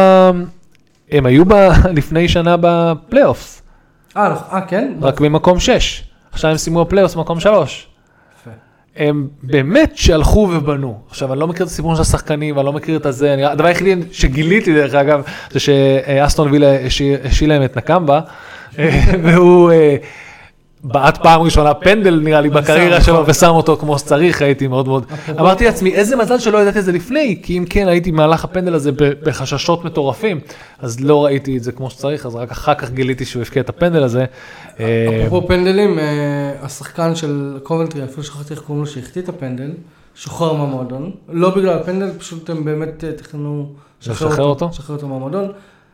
היו לפני שנה בפלייאופס. כן? רק במקום 6. עכשיו הם סיימו בפלייאופס במקום 3. הם באמת שהלכו ובנו. עכשיו, אני לא מכיר את הסיפור של השחקנים, אני לא מכיר את הזה. הדבר היחידי שגיליתי, דרך אגב, זה שאסטון וילה השאיל להם את נקמבה, והוא בעט פעם ראשונה פנדל, נראה לי, בקריירה שלו, ושם אותו כמו שצריך, הייתי מאוד מאוד... אמרתי לעצמי, איזה מזל שלא ידעתי את זה לפני, כי אם כן, הייתי מהלך הפנדל הזה בחששות מטורפים, אז לא ראיתי את זה כמו שצריך, אז רק אחר כך גיליתי שהוא הפקיע את הפנדל הזה. אפרופו פנדלים, השחקן של קובנטרי, אפילו שכחתי איך קוראים לו שהחטיא את הפנדל, שוחרר מהמועדון, לא בגלל הפנדל, פשוט הם באמת תכננו לשחרר אותו מהמועדון.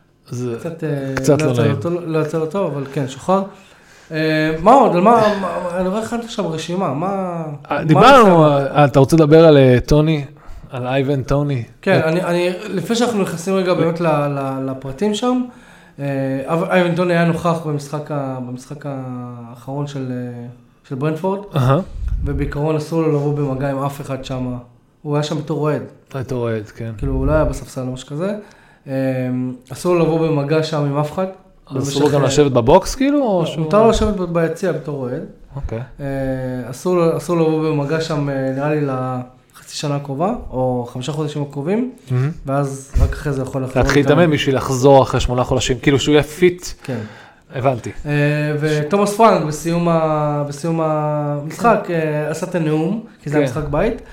קצת לא נעים. לא יצא לו טוב, אבל כן, שוחרר. מה עוד? אני רואה לך עכשיו רשימה, מה... דיברנו, אתה רוצה לדבר על טוני, על אייבן טוני? כן, לפני שאנחנו נכנסים רגע באמת לפרטים שם, אייבן טוני היה נוכח במשחק האחרון של ברנטפורד, ובעיקרון אסור לו לבוא במגע עם אף אחד שם, הוא היה שם בתור אוהד. בתור אוהד, כן. כאילו הוא לא היה בספסל או משהו כזה, אסור לו לבוא במגע שם עם אף אחד, אז אסור לו גם לשבת בבוקס כאילו? מותר לו לשבת ביציע בתור אוהד. אוקיי. אסור לבוא במגע שם נראה לי לחצי שנה הקרובה, או 5 חודשים הקרובים, ואז רק אחרי זה יכול לחזור. להתחיל להתאמן בשביל לחזור אחרי 8 חודשים, כאילו שהוא יהיה פיט. כן. הבנתי. ותומאס פרנק בסיום המשחק עשה את הנאום, כי זה המשחק בית,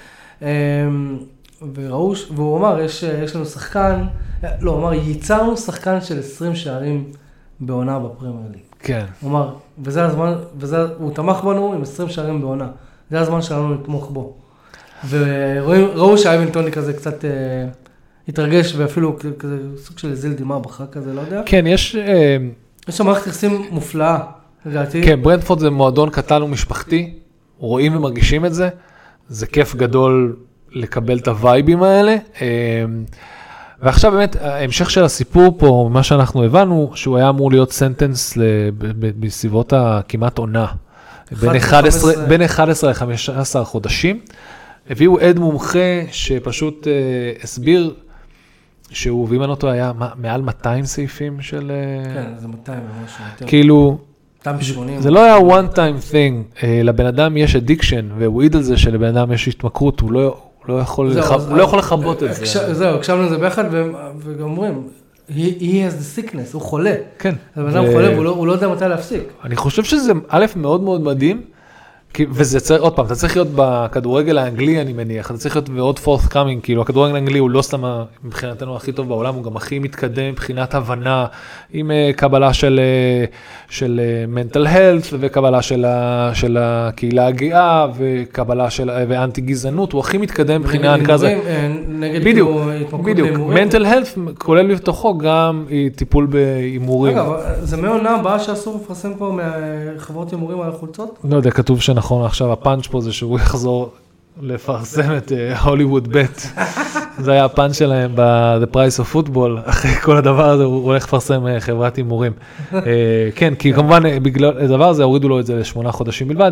והוא אמר, יש לנו שחקן, לא, הוא אמר, ייצרנו שחקן של 20 שערים בעונה בפרמייר ליג. כן. הוא אמר, וזה הזמן, הוא תמך בנו עם 20 שערים בעונה. זה הזמן שלנו לתמוך בו. וראו שאייבן טוני כזה קצת התרגש, ואפילו כזה סוג של זיל דמעה בחר כזה, לא יודע. כן, יש שם מערכת יחסים מופלאה, לדעתי. כן, ברנטפורד זה מועדון קטן ומשפחתי, רואים ומרגישים את זה. זה כיף גדול לקבל את הווייבים האלה. ועכשיו באמת, ההמשך של הסיפור פה, מה שאנחנו הבנו, שהוא היה אמור להיות סנטנס בסביבות הכמעט עונה. בין 11 ל-15 חודשים. הביאו עד מומחה שפשוט הסביר שהוא, ואם אני אותו היה מעל 200 סעיפים של... כן, זה 200 ומשהו. כאילו... 280. זה לא היה one time thing. לבן אדם יש addiction, והוא עיד על זה שלבן אדם יש התמכרות, הוא לא יכול לחבות את זה. זהו, הקשבנו את זה ביחד, וגם אומרים, he has the sickness, הוא חולה. כן. הבן אדם חולה, והוא לא יודע מתי להפסיק. אני חושב שזה א' מאוד מאוד מדהים, וזה צריך, עוד פעם, אתה צריך להיות בכדורגל האנגלי, אני מניח, אתה צריך להיות מאוד forthcoming, כאילו, הכדורגל האנגלי הוא לא סתם מבחינתנו הכי טוב בעולם, הוא גם הכי מתקדם מבחינת הבנה, עם קבלה של mental health, וקבלה של הקהילה הגאה, וקבלה ואנטי גזענות, הוא הכי מתקדם מבחינה, נקרא זה. נגד בדיוק, mental health כולל בתוכו גם טיפול בהימורים. אגב, זה מעונה הבאה שאסור לפרסם פה מחברות הימורים על החולצות? לא יודע, כתוב נכון, עכשיו הפאנץ' פה זה שהוא יחזור לפרסם את הוליווד בט. זה היה הפאנץ' שלהם ב-The Price of Football, אחרי כל הדבר הזה הוא הולך לפרסם חברת הימורים. כן, כי כמובן בגלל הדבר הזה הורידו לו את זה ל8 חודשים בלבד.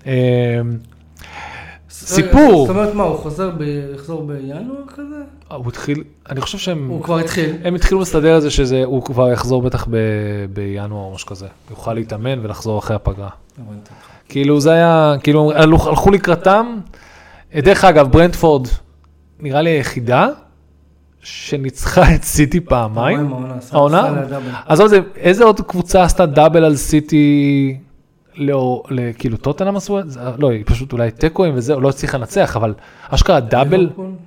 סיפור. זאת אומרת מה, הוא יחזור בינואר כזה? הוא התחיל, אני חושב שהם... הוא כבר התחיל. הם התחילו לסדר את זה שהוא כבר יחזור בטח בינואר או משהו כזה. יוכל להתאמן ולחזור אחרי הפגרה. כאילו זה היה, כאילו הלכו לקראתם, דרך אגב ברנטפורד נראה לי היחידה שניצחה את סיטי פעמיים. העונה? אז איזה עוד קבוצה עשתה דאבל על סיטי, כאילו טוטנהאם עשו, לא, היא פשוט אולי טקואים וזה, לא הצליחה לנצח, אבל אשכרה דאבל,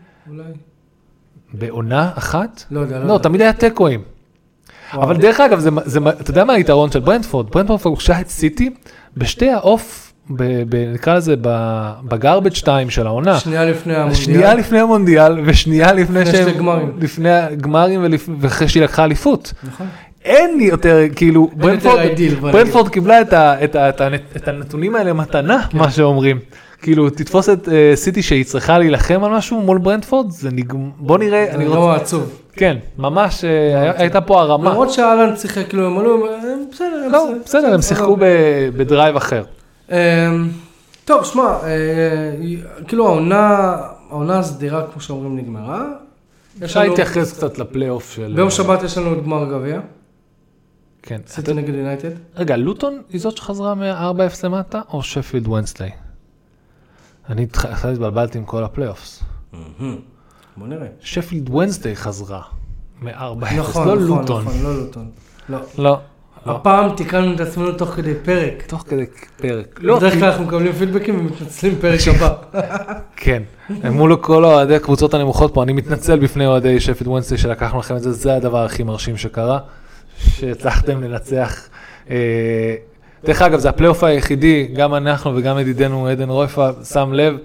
בעונה אחת? לא יודע. לא, תמיד היה טקואים. אבל דרך אגב, אתה יודע מה היתרון של ברנטפורד? ברנטפורד פגשה את סיטי בשתי העוף, נקרא לזה בגרבג' 2 של העונה. שנייה לפני המונדיאל, ושנייה לפני הגמרים, ואחרי שהיא לקחה אליפות. נכון. אין יותר, כאילו, ברנטפורד קיבלה את הנתונים האלה מתנה, מה שאומרים. כאילו, תתפוס את סיטי שהיא צריכה להילחם על משהו מול ברנטפורד, בוא נראה. זה לא עצוב. כן, ממש הייתה פה הרמה. למרות שאלן שיחק, כאילו, הם עלו, בסדר. לא, בסדר, הם שיחקו בדרייב אחר. טוב, שמע, כאילו העונה הסדירה, כמו שאומרים, נגמרה. אפשר להתייחס קצת לפלייאוף של... ביום שבת יש לנו את גמר גביע. כן. סיטי נגד יונייטד. רגע, לוטון היא זאת שחזרה מ-4-0 למטה, או שפילד ונסטליי? אני התבלבלתי עם כל הפלייאופס. בוא נראה. שפילד ונסטליי חזרה מ-4-0, נכון, לא לוטון. נכון, לא לוטון. לא. הפעם תיקנו את עצמנו תוך כדי פרק. תוך כדי פרק. בדרך כלל אנחנו מקבלים פידבקים ומתנצלים פרק הבא. כן. מול כל אוהדי הקבוצות הנמוכות פה, אני מתנצל בפני אוהדי שפילד ונסטליי שלקחנו לכם את זה, זה הדבר הכי מרשים שקרה, שהצלחתם לנצח. דרך אגב, זה הפלייאוף היחידי, גם אנחנו וגם ידידנו עדן רויפה, שם לב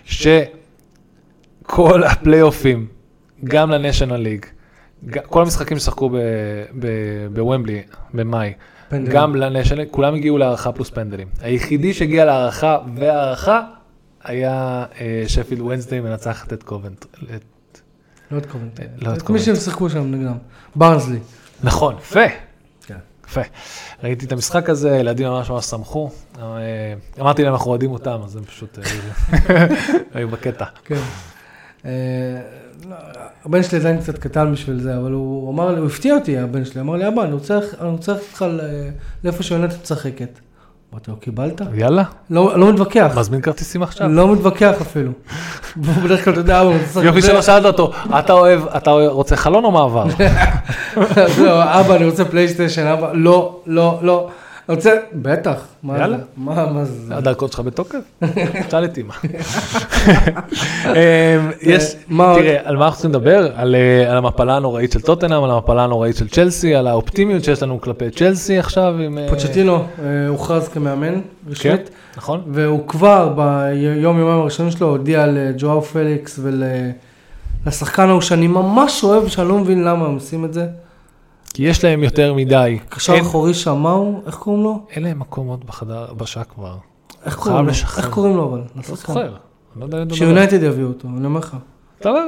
שכל הפלייאופים, גם לנשיונל ליג, כל המשחקים ששחקו בוומבלי, במאי, גם לנשיונל ליג, כולם הגיעו להערכה פלוס פנדלים. היחידי שהגיע להערכה והערכה, היה שפילד ונסטליי מנצחת את קובנטרי. לא את קובנטרי. מי שהם שחקו שם נגדם. ברנזלי. נכון, יפה. יפה. ראיתי את המשחק הזה, ילדים ממש ממש שמחו. אמרתי להם, אנחנו אוהדים אותם, אז הם פשוט היו בקטע. כן. הבן שלי עדיין קצת קטן בשביל זה, אבל הוא אמר לי, הוא הפתיע אותי, הבן שלי, אמר לי, אבא, אני רוצה אותך לאיפה שיונייטד משחקת. אמרתי לו, קיבלת? יאללה. לא מתווכח. מזמין כרטיסים עכשיו? לא מתווכח אפילו. בדרך כלל אתה יודע, אבא, יופי שלא שאלת אותו, אתה רוצה חלון או מעבר? לא, אבא, אני רוצה פלייסטיישן, אבא, לא. אני רוצה, בטח. יאללה. מה זה? הדרכות שלך בתוקף? שאלתי מה. תראה, על מה אנחנו צריכים לדבר? על המפלה הנוראית של טוטנהאם, על המפלה הנוראית של צ'לסי, על האופטימיות שיש לנו כלפי צ'לסי עכשיו. פוצ'טינו הוכרז כמאמן רשמית. נכון. והוא כבר ביום הראשון שלו הודיע לג'ואו פליקס ולשחקן ההוא שאני ממש אוהב, שאני לא מבין למה הם עושים את זה. כי יש להם יותר מדי. קשר אחורי שמעו, איך קוראים לו? אין להם מקום עוד בחדר, בשעה כבר. איך קוראים לו אבל? לא זוכר. שיונייטד יביאו אותו, אני אומר לך. טוב.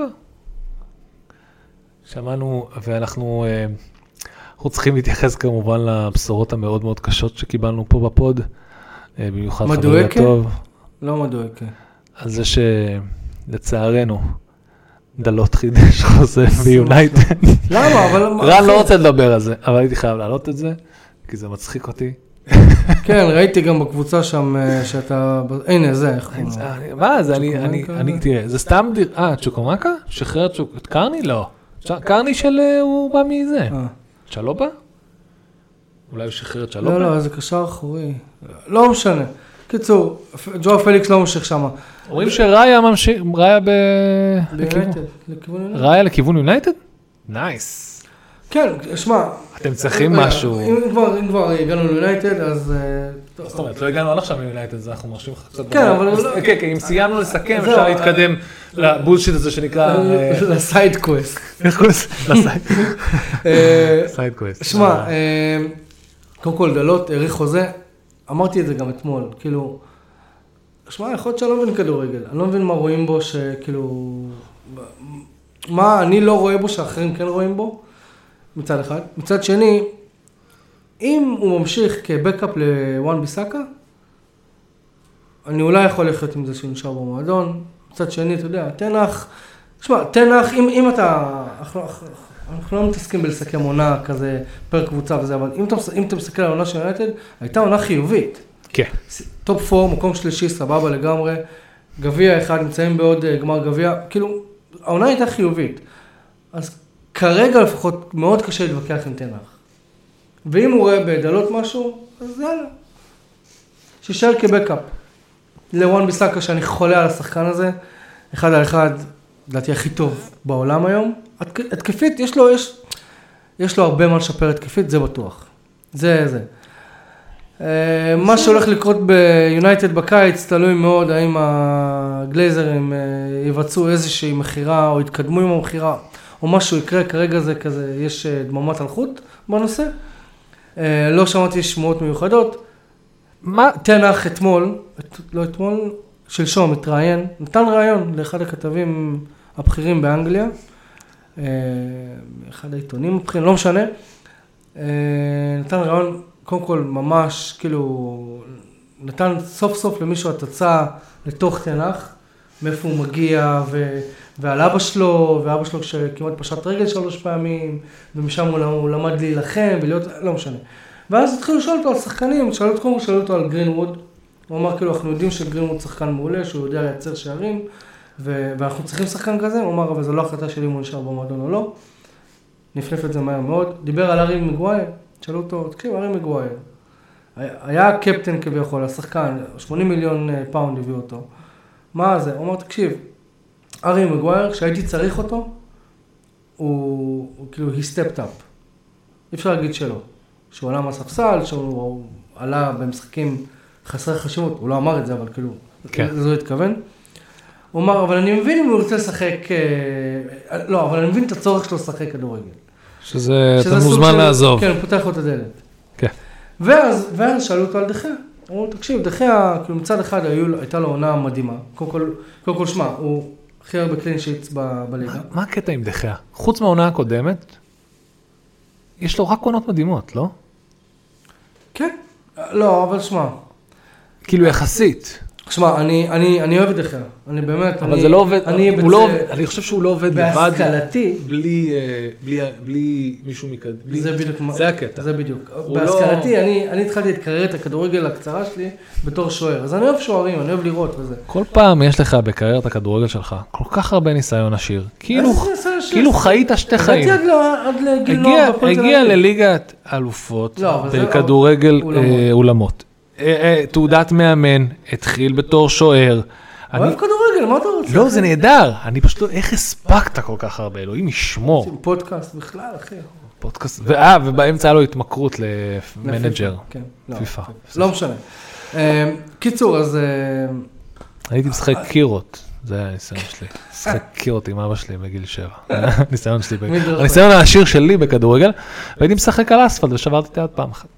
שמענו, ואנחנו צריכים להתייחס כמובן לבשורות המאוד מאוד קשות שקיבלנו פה בפוד. במיוחד חברי הטוב. לא מדויקה. על זה שלצערנו, דלות חידש חוזה ביונייטד. למה? אבל... רן לא רוצה לדבר על זה, אבל הייתי חייב להעלות את זה, כי זה מצחיק אותי. כן, ראיתי גם בקבוצה שם שאתה, הנה זה, איך קוראים לו? מה זה, תראה, זה סתם, צ'וקומקה? שחרר את קרני? לא. קרני הוא בא מזה. צ'לובה? אולי הוא שחרר את צ'לובה? לא, זה קשר אחורי. לא משנה. קיצור, ג'ואו פליקס לא ממשיך שם. אומרים שראיה ממשיך, ראיה לכיוון יונייטד. ראיה לכיוון יונייטד? נייס. כן, שמע. אתם צריכים משהו. אם כבר הגענו ליונייטד, אז... זאת אומרת, לא הגענו עד עכשיו ליונייטד, אז אנחנו מרשים לך קצת... כן, אבל... כן, אם סיימנו לסכם, אפשר להתקדם לבולשיט הזה שנקרא... לסייד קווסט. איך קווסט? לסייד קווסט. שמע, קודם כל דלות, עריך חוזה, אמרתי את זה גם אתמול, כאילו... שמע, יכול להיות שאני לא מבין כדורגל, אני לא מבין מה רואים בו שכאילו... מה אני לא רואה בו שאחרים כן רואים בו, מצד אחד. מצד שני, אם הוא ממשיך כבקאפ לוואן ביסאקה, אני אולי יכול לחיות עם זה שהוא נשאר במועדון. מצד שני, אתה יודע, תנח, שמע, תנח, אם אתה, אנחנו לא מתעסקים בלסכם עונה כזה פר קבוצה וזה, אבל אם אתה מסתכל על העונה של יונייטד, הייתה עונה חיובית. כן. טופ 4, מקום שלישי, סבבה לגמרי, גביע אחד, נמצאים בעוד גמר גביע, כאילו, העונה הייתה חיובית. אז כרגע לפחות מאוד קשה להתווכח עם תנח. ואם הוא רואה בדלות משהו, אז יאללה. שישאר כבקאפ. לוואן ביסאקה שאני חולה על השחקן הזה, אחד על אחד, לדעתי הכי טוב בעולם היום. התקפית, יש לו הרבה מה לשפר התקפית, זה בטוח. זה. מה שהולך לקרות ביונייטד בקיץ, תלוי מאוד האם הגלייזרים יבצעו איזושהי מחירה או יתקדמו עם המחירה או משהו יקרה, כרגע זה כזה, יש דממת הלכות בנושא. לא שמעתי שמועות מיוחדות. תנח שלשום התראיין, נתן ראיון לאחד הכתבים הבכירים באנגליה, אחד העיתונים הבכירים, לא משנה. נתן ראיון, קודם כל ממש, כאילו, נתן סוף סוף למישהו התצאה לתוך תנח, מאיפה הוא מגיע, ועל אבא שלו, ואבא שלו שכמעט פשט רגל 3 פעמים, ומשם הוא למד להילחם ולהיות, לא משנה. ואז התחילו לשאול אותו על שחקנים, שאלו אותו על גרינווד, הוא אמר כאילו, אנחנו יודעים שגרינווד שחקן מעולה, שהוא יודע לייצר שערים, ואנחנו צריכים שחקן כזה, הוא אמר, אבל זו לא החלטה שלי אם הוא נשאר במועדון או לא, נפנף את זה מהר מאוד, דיבר על הארי מגווייר, שאלו אותו, תקשיב, הארי מגווייר, היה קפטן כביכול, השחקן, 80 מיליון פאונד הביאו אותו, מה זה? הוא אמר, תקשיב, הארי מגווייר, כשהייתי צריך אותו, הוא כאילו, he stepped up, אי אפשר להגיד שלא. שהוא עלה מהספסל, שהוא עלה במשחקים חסרי חשיבות, הוא לא אמר את זה, אבל כאילו, זה לא התכוון. הוא אמר, אבל אני מבין אם הוא רוצה לשחק, לא, אבל אני מבין את הצורך שלו לשחק כדורגל. שזה אתה מוזמן לעזוב. כן, פותח לו את הדלת. כן. ואז שאלו אותו על דחיה. אמרו, תקשיב, דחיה, כאילו מצד אחד הייתה לו עונה מדהימה. קודם כל, שמע, הוא הכי הרבה קלין שיטס בליגה. מה הקטע עם דחיה? חוץ מהעונה הקודמת, יש לו רק עונות מדהימות, לא? כן. לא, אבל שמע. כאילו יחסית. שמע, אני אוהב את דחיה. אני באמת, אבל זה לא עובד, אני חושב שהוא לא עובד לבד. בהשכלתי. בלי מישהו מקדם. זה בדיוק. זה הקטע. זה בדיוק. בהשכלתי, אני התחלתי להתקרר את הכדורגל הקצרה שלי בתור שוער. אז אני אוהב שוערים, אני אוהב לראות וזה. כל פעם יש לך בקריירת הכדורגל שלך כל כך הרבה ניסיון עשיר. כאילו חיית שתי חיים. הגיע לליגת אלופות בכדורגל אולמות. תעודת מאמן, התחיל בתור שוער. אוהב כדורגל, מה אתה רוצה? לא, זה נהדר. אני פשוט לא, איך הספקת כל כך הרבה, אלוהים ישמור. פודקאסט בכלל, אחי. פודקאסט, ובאמצע היה לו התמכרות למנג'ר. פיפה. לא משנה. קיצור, אז... הייתי משחק קירות, זה היה הניסיון שלי. משחק קירות עם אבא שלי בגיל 7. הניסיון שלי, הניסיון העשיר שלי בכדורגל, והייתי משחק על אספלט ושברתי את היד פעם אחת.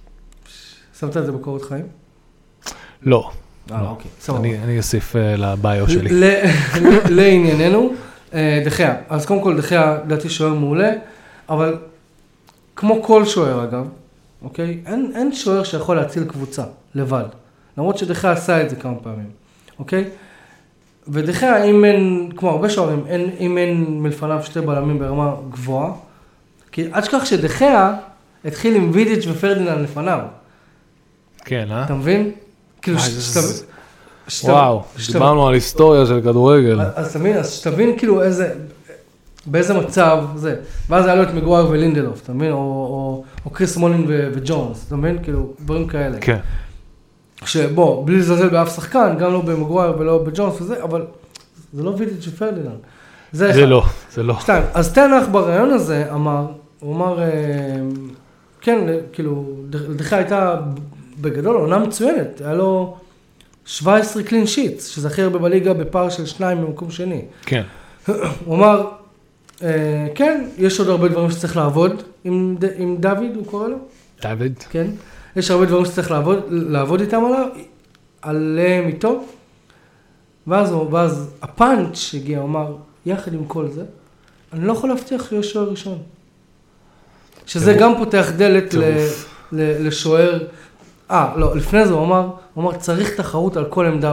שמת את זה בקורות חיים? לא. אוקיי. אני אוסיף לביו שלי. לענייננו, דחיה. אז קודם כל דחיה, לדעתי שוער מעולה, אבל כמו כל שוער אגב, אוקיי? אין שוער שיכול להציל קבוצה לבד. למרות שדחיה עשה את זה כמה פעמים, אוקיי? ודחיה, אם אין, כמו הרבה שוערים, אם אין מלפניו 2 בלמים ברמה גבוהה, כי עד שכך שדחיה התחיל עם וידיץ' ופרדיננד לפניו. כן, אתה מבין? כאילו, וואו, דיברנו על היסטוריה של כדורגל. אז תבין, אז שתבין כאילו באיזה מצב זה. ואז היה לו את מגווייר ולינדלוף, אתה מבין? או קריס מולין וג'ונס, אתה מבין? כאילו, דברים כאלה. כן. שבוא, בלי לזלזל באף שחקן, גם לא במגווייר ולא בג'ונס וזה, אבל זה לא וידיץ' ופרדיננד. זה לא, זה לא. שתיים, אז תנח ברעיון הזה הוא אמר, כן, כאילו, לדחה הייתה בגדול, עונה מצוינת, היה לו 17 קלין שיטס, שזה הכי הרבה בליגה בפער של 2 במקום שני. כן. הוא אמר, כן, יש עוד הרבה דברים שצריך לעבוד עם דוד, הוא קורא לו? דוד. כן. יש הרבה דברים שצריך לעבוד איתם עליהם איתו. ואז הפאנץ' הגיע, הוא אמר, יחד עם כל זה, אני לא יכול להבטיח להיות שוער ראשון. שזה גם פותח דלת לשוער. לא, לפני זה הוא אמר, צריך תחרות על כל עמדה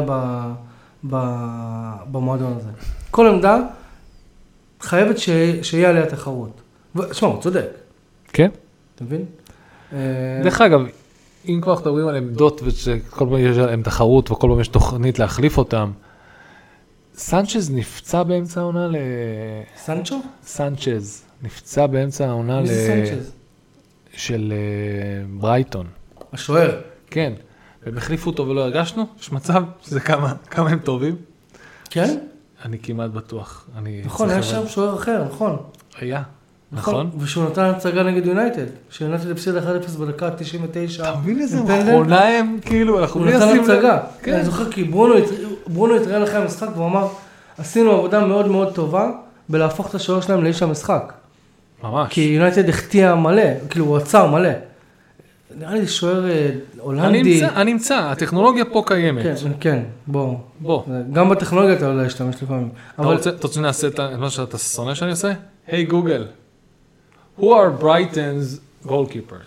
במועדון הזה. כל עמדה חייבת שיהיה עליה תחרות. שמע, הוא צודק. כן. אתה מבין? דרך אגב, אם כבר אנחנו מדברים על עמדות וכל פעם יש עליהם תחרות וכל פעם יש תוכנית להחליף אותם, סנצ'ז נפצע באמצע העונה סנצ'ו? סנצ'ז נפצע באמצע העונה מי זה סנצ'ז? של ברייטון. השוער. כן, והם החליפו אותו ולא הרגשנו, יש מצב שזה כמה הם טובים. כן? אני כמעט בטוח. נכון, היה שם שוער אחר, נכון. היה, נכון. ושהוא נתן הצגה נגד יונייטד, שיונייטד הפסיד 1-0 בדקה 99. אתה מבין איזה מכונה הם, כאילו, אנחנו הוא נתן הצגה. אני זוכר כי ברונו התראיין אחרי המשחק והוא אמר, עשינו עבודה מאוד מאוד טובה בלהפוך את השוער שלהם לאיש המשחק. ממש. כי יונייטד החטיאה מלא, כאילו הוא עצר מלא. נראה לי שוער הולנדי. אני אמצא, הטכנולוגיה פה קיימת. כן, בוא. גם בטכנולוגיה אתה לא להשתמש לפעמים. אתה רוצה נעשה את מה שאתה שונא שאני עושה? היי גוגל, who are Brighton's goalkeepers?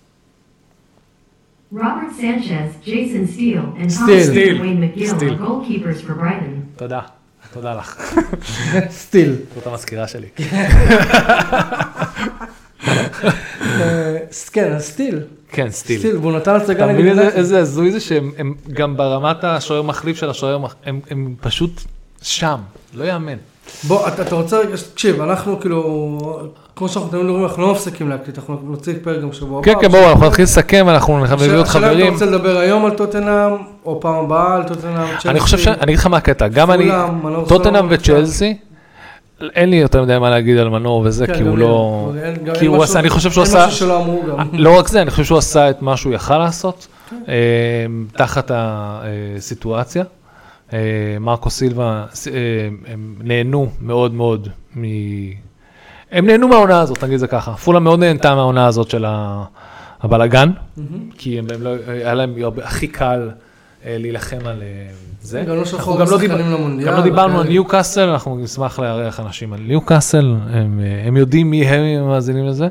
Robert Sanchez, Jason Steele, and Steele. Wayne McGill are goalkeepers for Brighton. תודה לך. סטיל. זאת המזכירה שלי. כן, סטיל. כן, סטיל. סטיל, והוא נתן הצגה נגד יונייטד. איזה הזוי זה שהם גם ברמת השוער מחליף של השוער, הם פשוט שם, לא יאמן. בוא, אתה רוצה רגע, תקשיב, אנחנו כאילו, כמו שאנחנו תמיד אומרים, אנחנו לא מפסיקים להקליט, אנחנו נוציא פרק גם שבוע הבא. כן, בואו, אנחנו נתחיל לסכם, אנחנו נחבר להיות חברים. השאלה אם אתה רוצה לדבר היום על טוטנהאם, או פעם הבאה על טוטנהאם, צ'לסי. אני חושב אני אגיד לך מה הקטע, גם אני, טוטנהאם וצ'לסי, אין לי יותר מדי מה להגיד על מנור וזה, כי הוא לא, כי הוא עשה, אני חושב שהוא עשה, לא רק זה, אני חושב שהוא עשה את מה שהוא יכל לעשות, תחת הסיטואציה. מרקו סילבה, הם נהנו מאוד מאוד, הם נהנו מהעונה הזאת, נגיד זה ככה. פולה מאוד נהנתה מהעונה הזאת של הבלגן, כי היה להם הכי קל להילחם על זה. אנחנו גם לא דיברנו על ניו קאסל, אנחנו נשמח להריח אנשים על ניו קאסל, הם יודעים מי הם מאזינים לזה.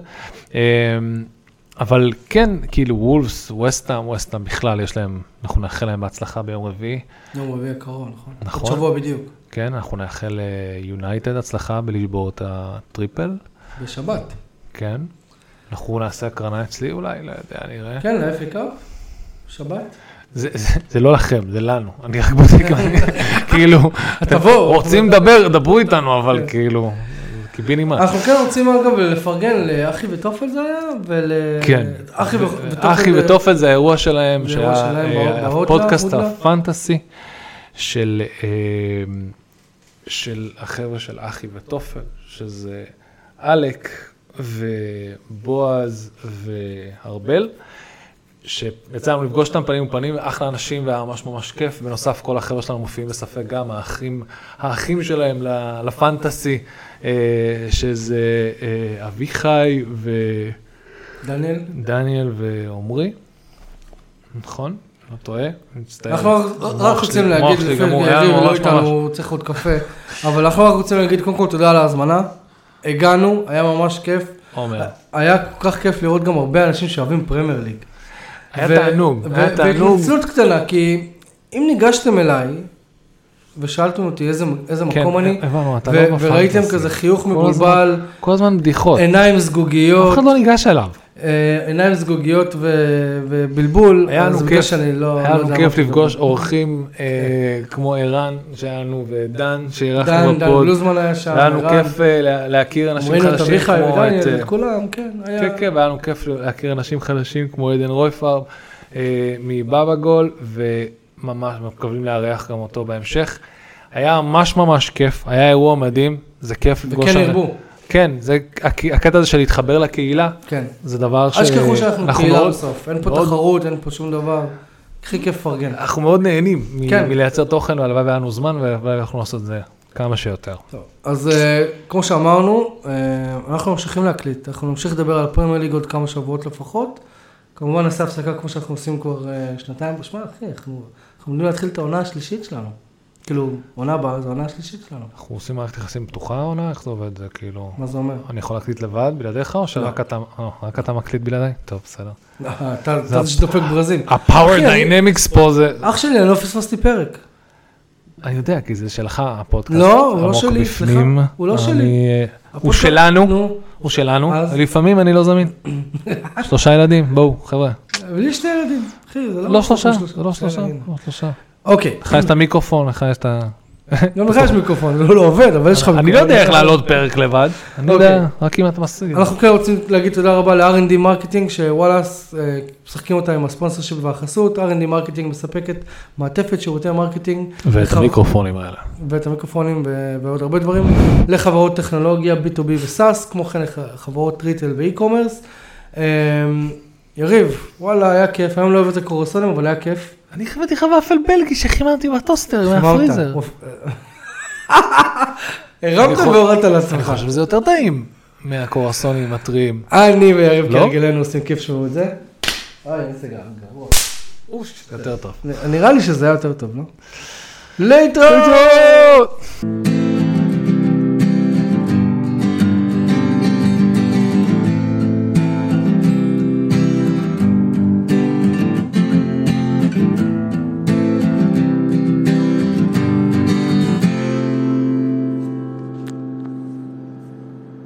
אבל כן, כאילו וולפס, ווסטהאם בכלל יש להם, אנחנו נאחל להם בהצלחה ביום רביעי. יום רביעי הקרוב, נכון. עוד שבוע בדיוק. כן, אנחנו נאחל יונייטד הצלחה בלשבור את הטריפל. בשבת. כן. אנחנו נעשה הקרנה אצלי אולי, לא יודע, נראה. כן, לאפי קאפ, שבת. זה לא לכם, זה לנו. אני רק בודק, כאילו, אתם רוצים לדבר, דברו איתנו, אבל כאילו... אנחנו כן רוצים אגב לפרגן לאחי וטופל זה היה, כן, אחי וטופל זה האירוע שלהם, הפודקאסט הפנטסי של החבר'ה של אחי וטופל, שזה אלק ובועז והרבל, שיצאנו לפגוש אותם פנים ופנים, אחלה אנשים והיה ממש ממש כיף, בנוסף כל החבר'ה שלנו מופיעים בספק גם, האחים שלהם לפנטסי, שזה אביחי דניאל ועומרי, נכון? לא טועה, אנחנו רק רוצים להגיד, לפי יריב לא איתנו, צריך עוד קפה, אבל אנחנו רק רוצים להגיד קודם כל תודה על ההזמנה, הגענו, היה ממש כיף, היה כל כך כיף לראות גם הרבה אנשים שאוהבים פרמייר ליג. היה תענוג, היה תענוג. והתנצלות קטנה, כי אם ניגשתם אליי, ושאלתם אותי איזה מקום אני, וראיתם כזה חיוך מבולבל, כל הזמן בדיחות, עיניים סגוגיות, אף אחד לא ניגש אליו. עיניים סגוגיות ובלבול, אז בגלל שאני לא... היה לנו כיף לפגוש אורחים כמו ערן שהיינו ודן שאירחנו בפוד. דן בלוזמן היה שם. היה לנו כיף להכיר אנשים חדשים כמו את... כולם, כן. כן, והיה לנו כיף להכיר אנשים חדשים כמו עדן רויפרב מבאבא גול, וממש מקבלים לארח גם אותו בהמשך. היה ממש כיף, היה אירוע מדהים, זה כיף לפגוש... וכן ירבו. כן, זה הקטע הזה של להתחבר לקהילה, כן. זה דבר ש... אשכחו שאנחנו קהילה בסוף, אין פה תחרות, אין פה שום דבר, הכי כיף פרגן. אנחנו מאוד נהנים מלייצר תוכן, והלוואי והיה לנו זמן, והלוואי אנחנו לעשות את זה כמה שיותר. אז כמו שאמרנו, אנחנו ממשיכים להקליט, אנחנו נמשיך לדבר על הפרמייר ליג עוד כמה שבועות לפחות, כמובן נעשה הפסקה כמו שאנחנו עושים כבר שנתיים, בשמה, אחי, אנחנו עומדים להתחיל את העונה השלישית שלנו. כאילו, עונה הבאה, זו העונה השלישית שלנו. אנחנו עושים מערכת יחסים פתוחה עונה? איך זה עובד? זה כאילו... מה זה אומר? אני יכול להקליט לבד בלעדיך, או שרק אתה מקליט בלעדיי? טוב, בסדר. אתה שדופק ברזים. ה-Power Dynamics פה זה... אח שלי, אני לא פספסתי פרק. אני יודע, כי זה שלך, הפודקאסט. לא, הוא לא שלי, סליחה. הוא לא שלי. הוא שלנו, הוא שלנו. לפעמים אני לא זמין. 3 ילדים, בואו, חבר'ה. ולי 2 ילדים, אחי, זה לא 3, זה לא 3. אוקיי. לך יש את המיקרופון, לך יש את ה... גם לך יש מיקרופון, זה לא עובד, אבל יש לך מיקרופון. אני לא יודע איך לעלות פרק לבד, אני יודע, רק אם אתה משיג. אנחנו כן רוצים להגיד תודה רבה ל-R&D מרקטינג, שוואלאס, משחקים אותה עם הספונסרשיפ והחסות, R&D מרקטינג מספקת מעטפת שירותי מרקטינג. ואת המיקרופונים האלה. ואת המיקרופונים ועוד הרבה דברים, לחברות טכנולוגיה, B2B ו-SaaS, כמו כן לחברות ריטל ואי-קומרס. יריב, וואלה, היה כיף, היום לא אוהב את הקורסונים, אבל היה כיף. אני חייבתי לך ואפל בלגי שחיממתי בטוסטר, מהפריזר. הרמת והורדת על עצמך. אני חושב שזה יותר טעים מהקורסונים הטריים. אני ויריב כרגלנו עושים כיף שמעו את זה. איזה גרוע. יותר טוב. נראה לי שזה היה יותר טוב, לא? להתראות!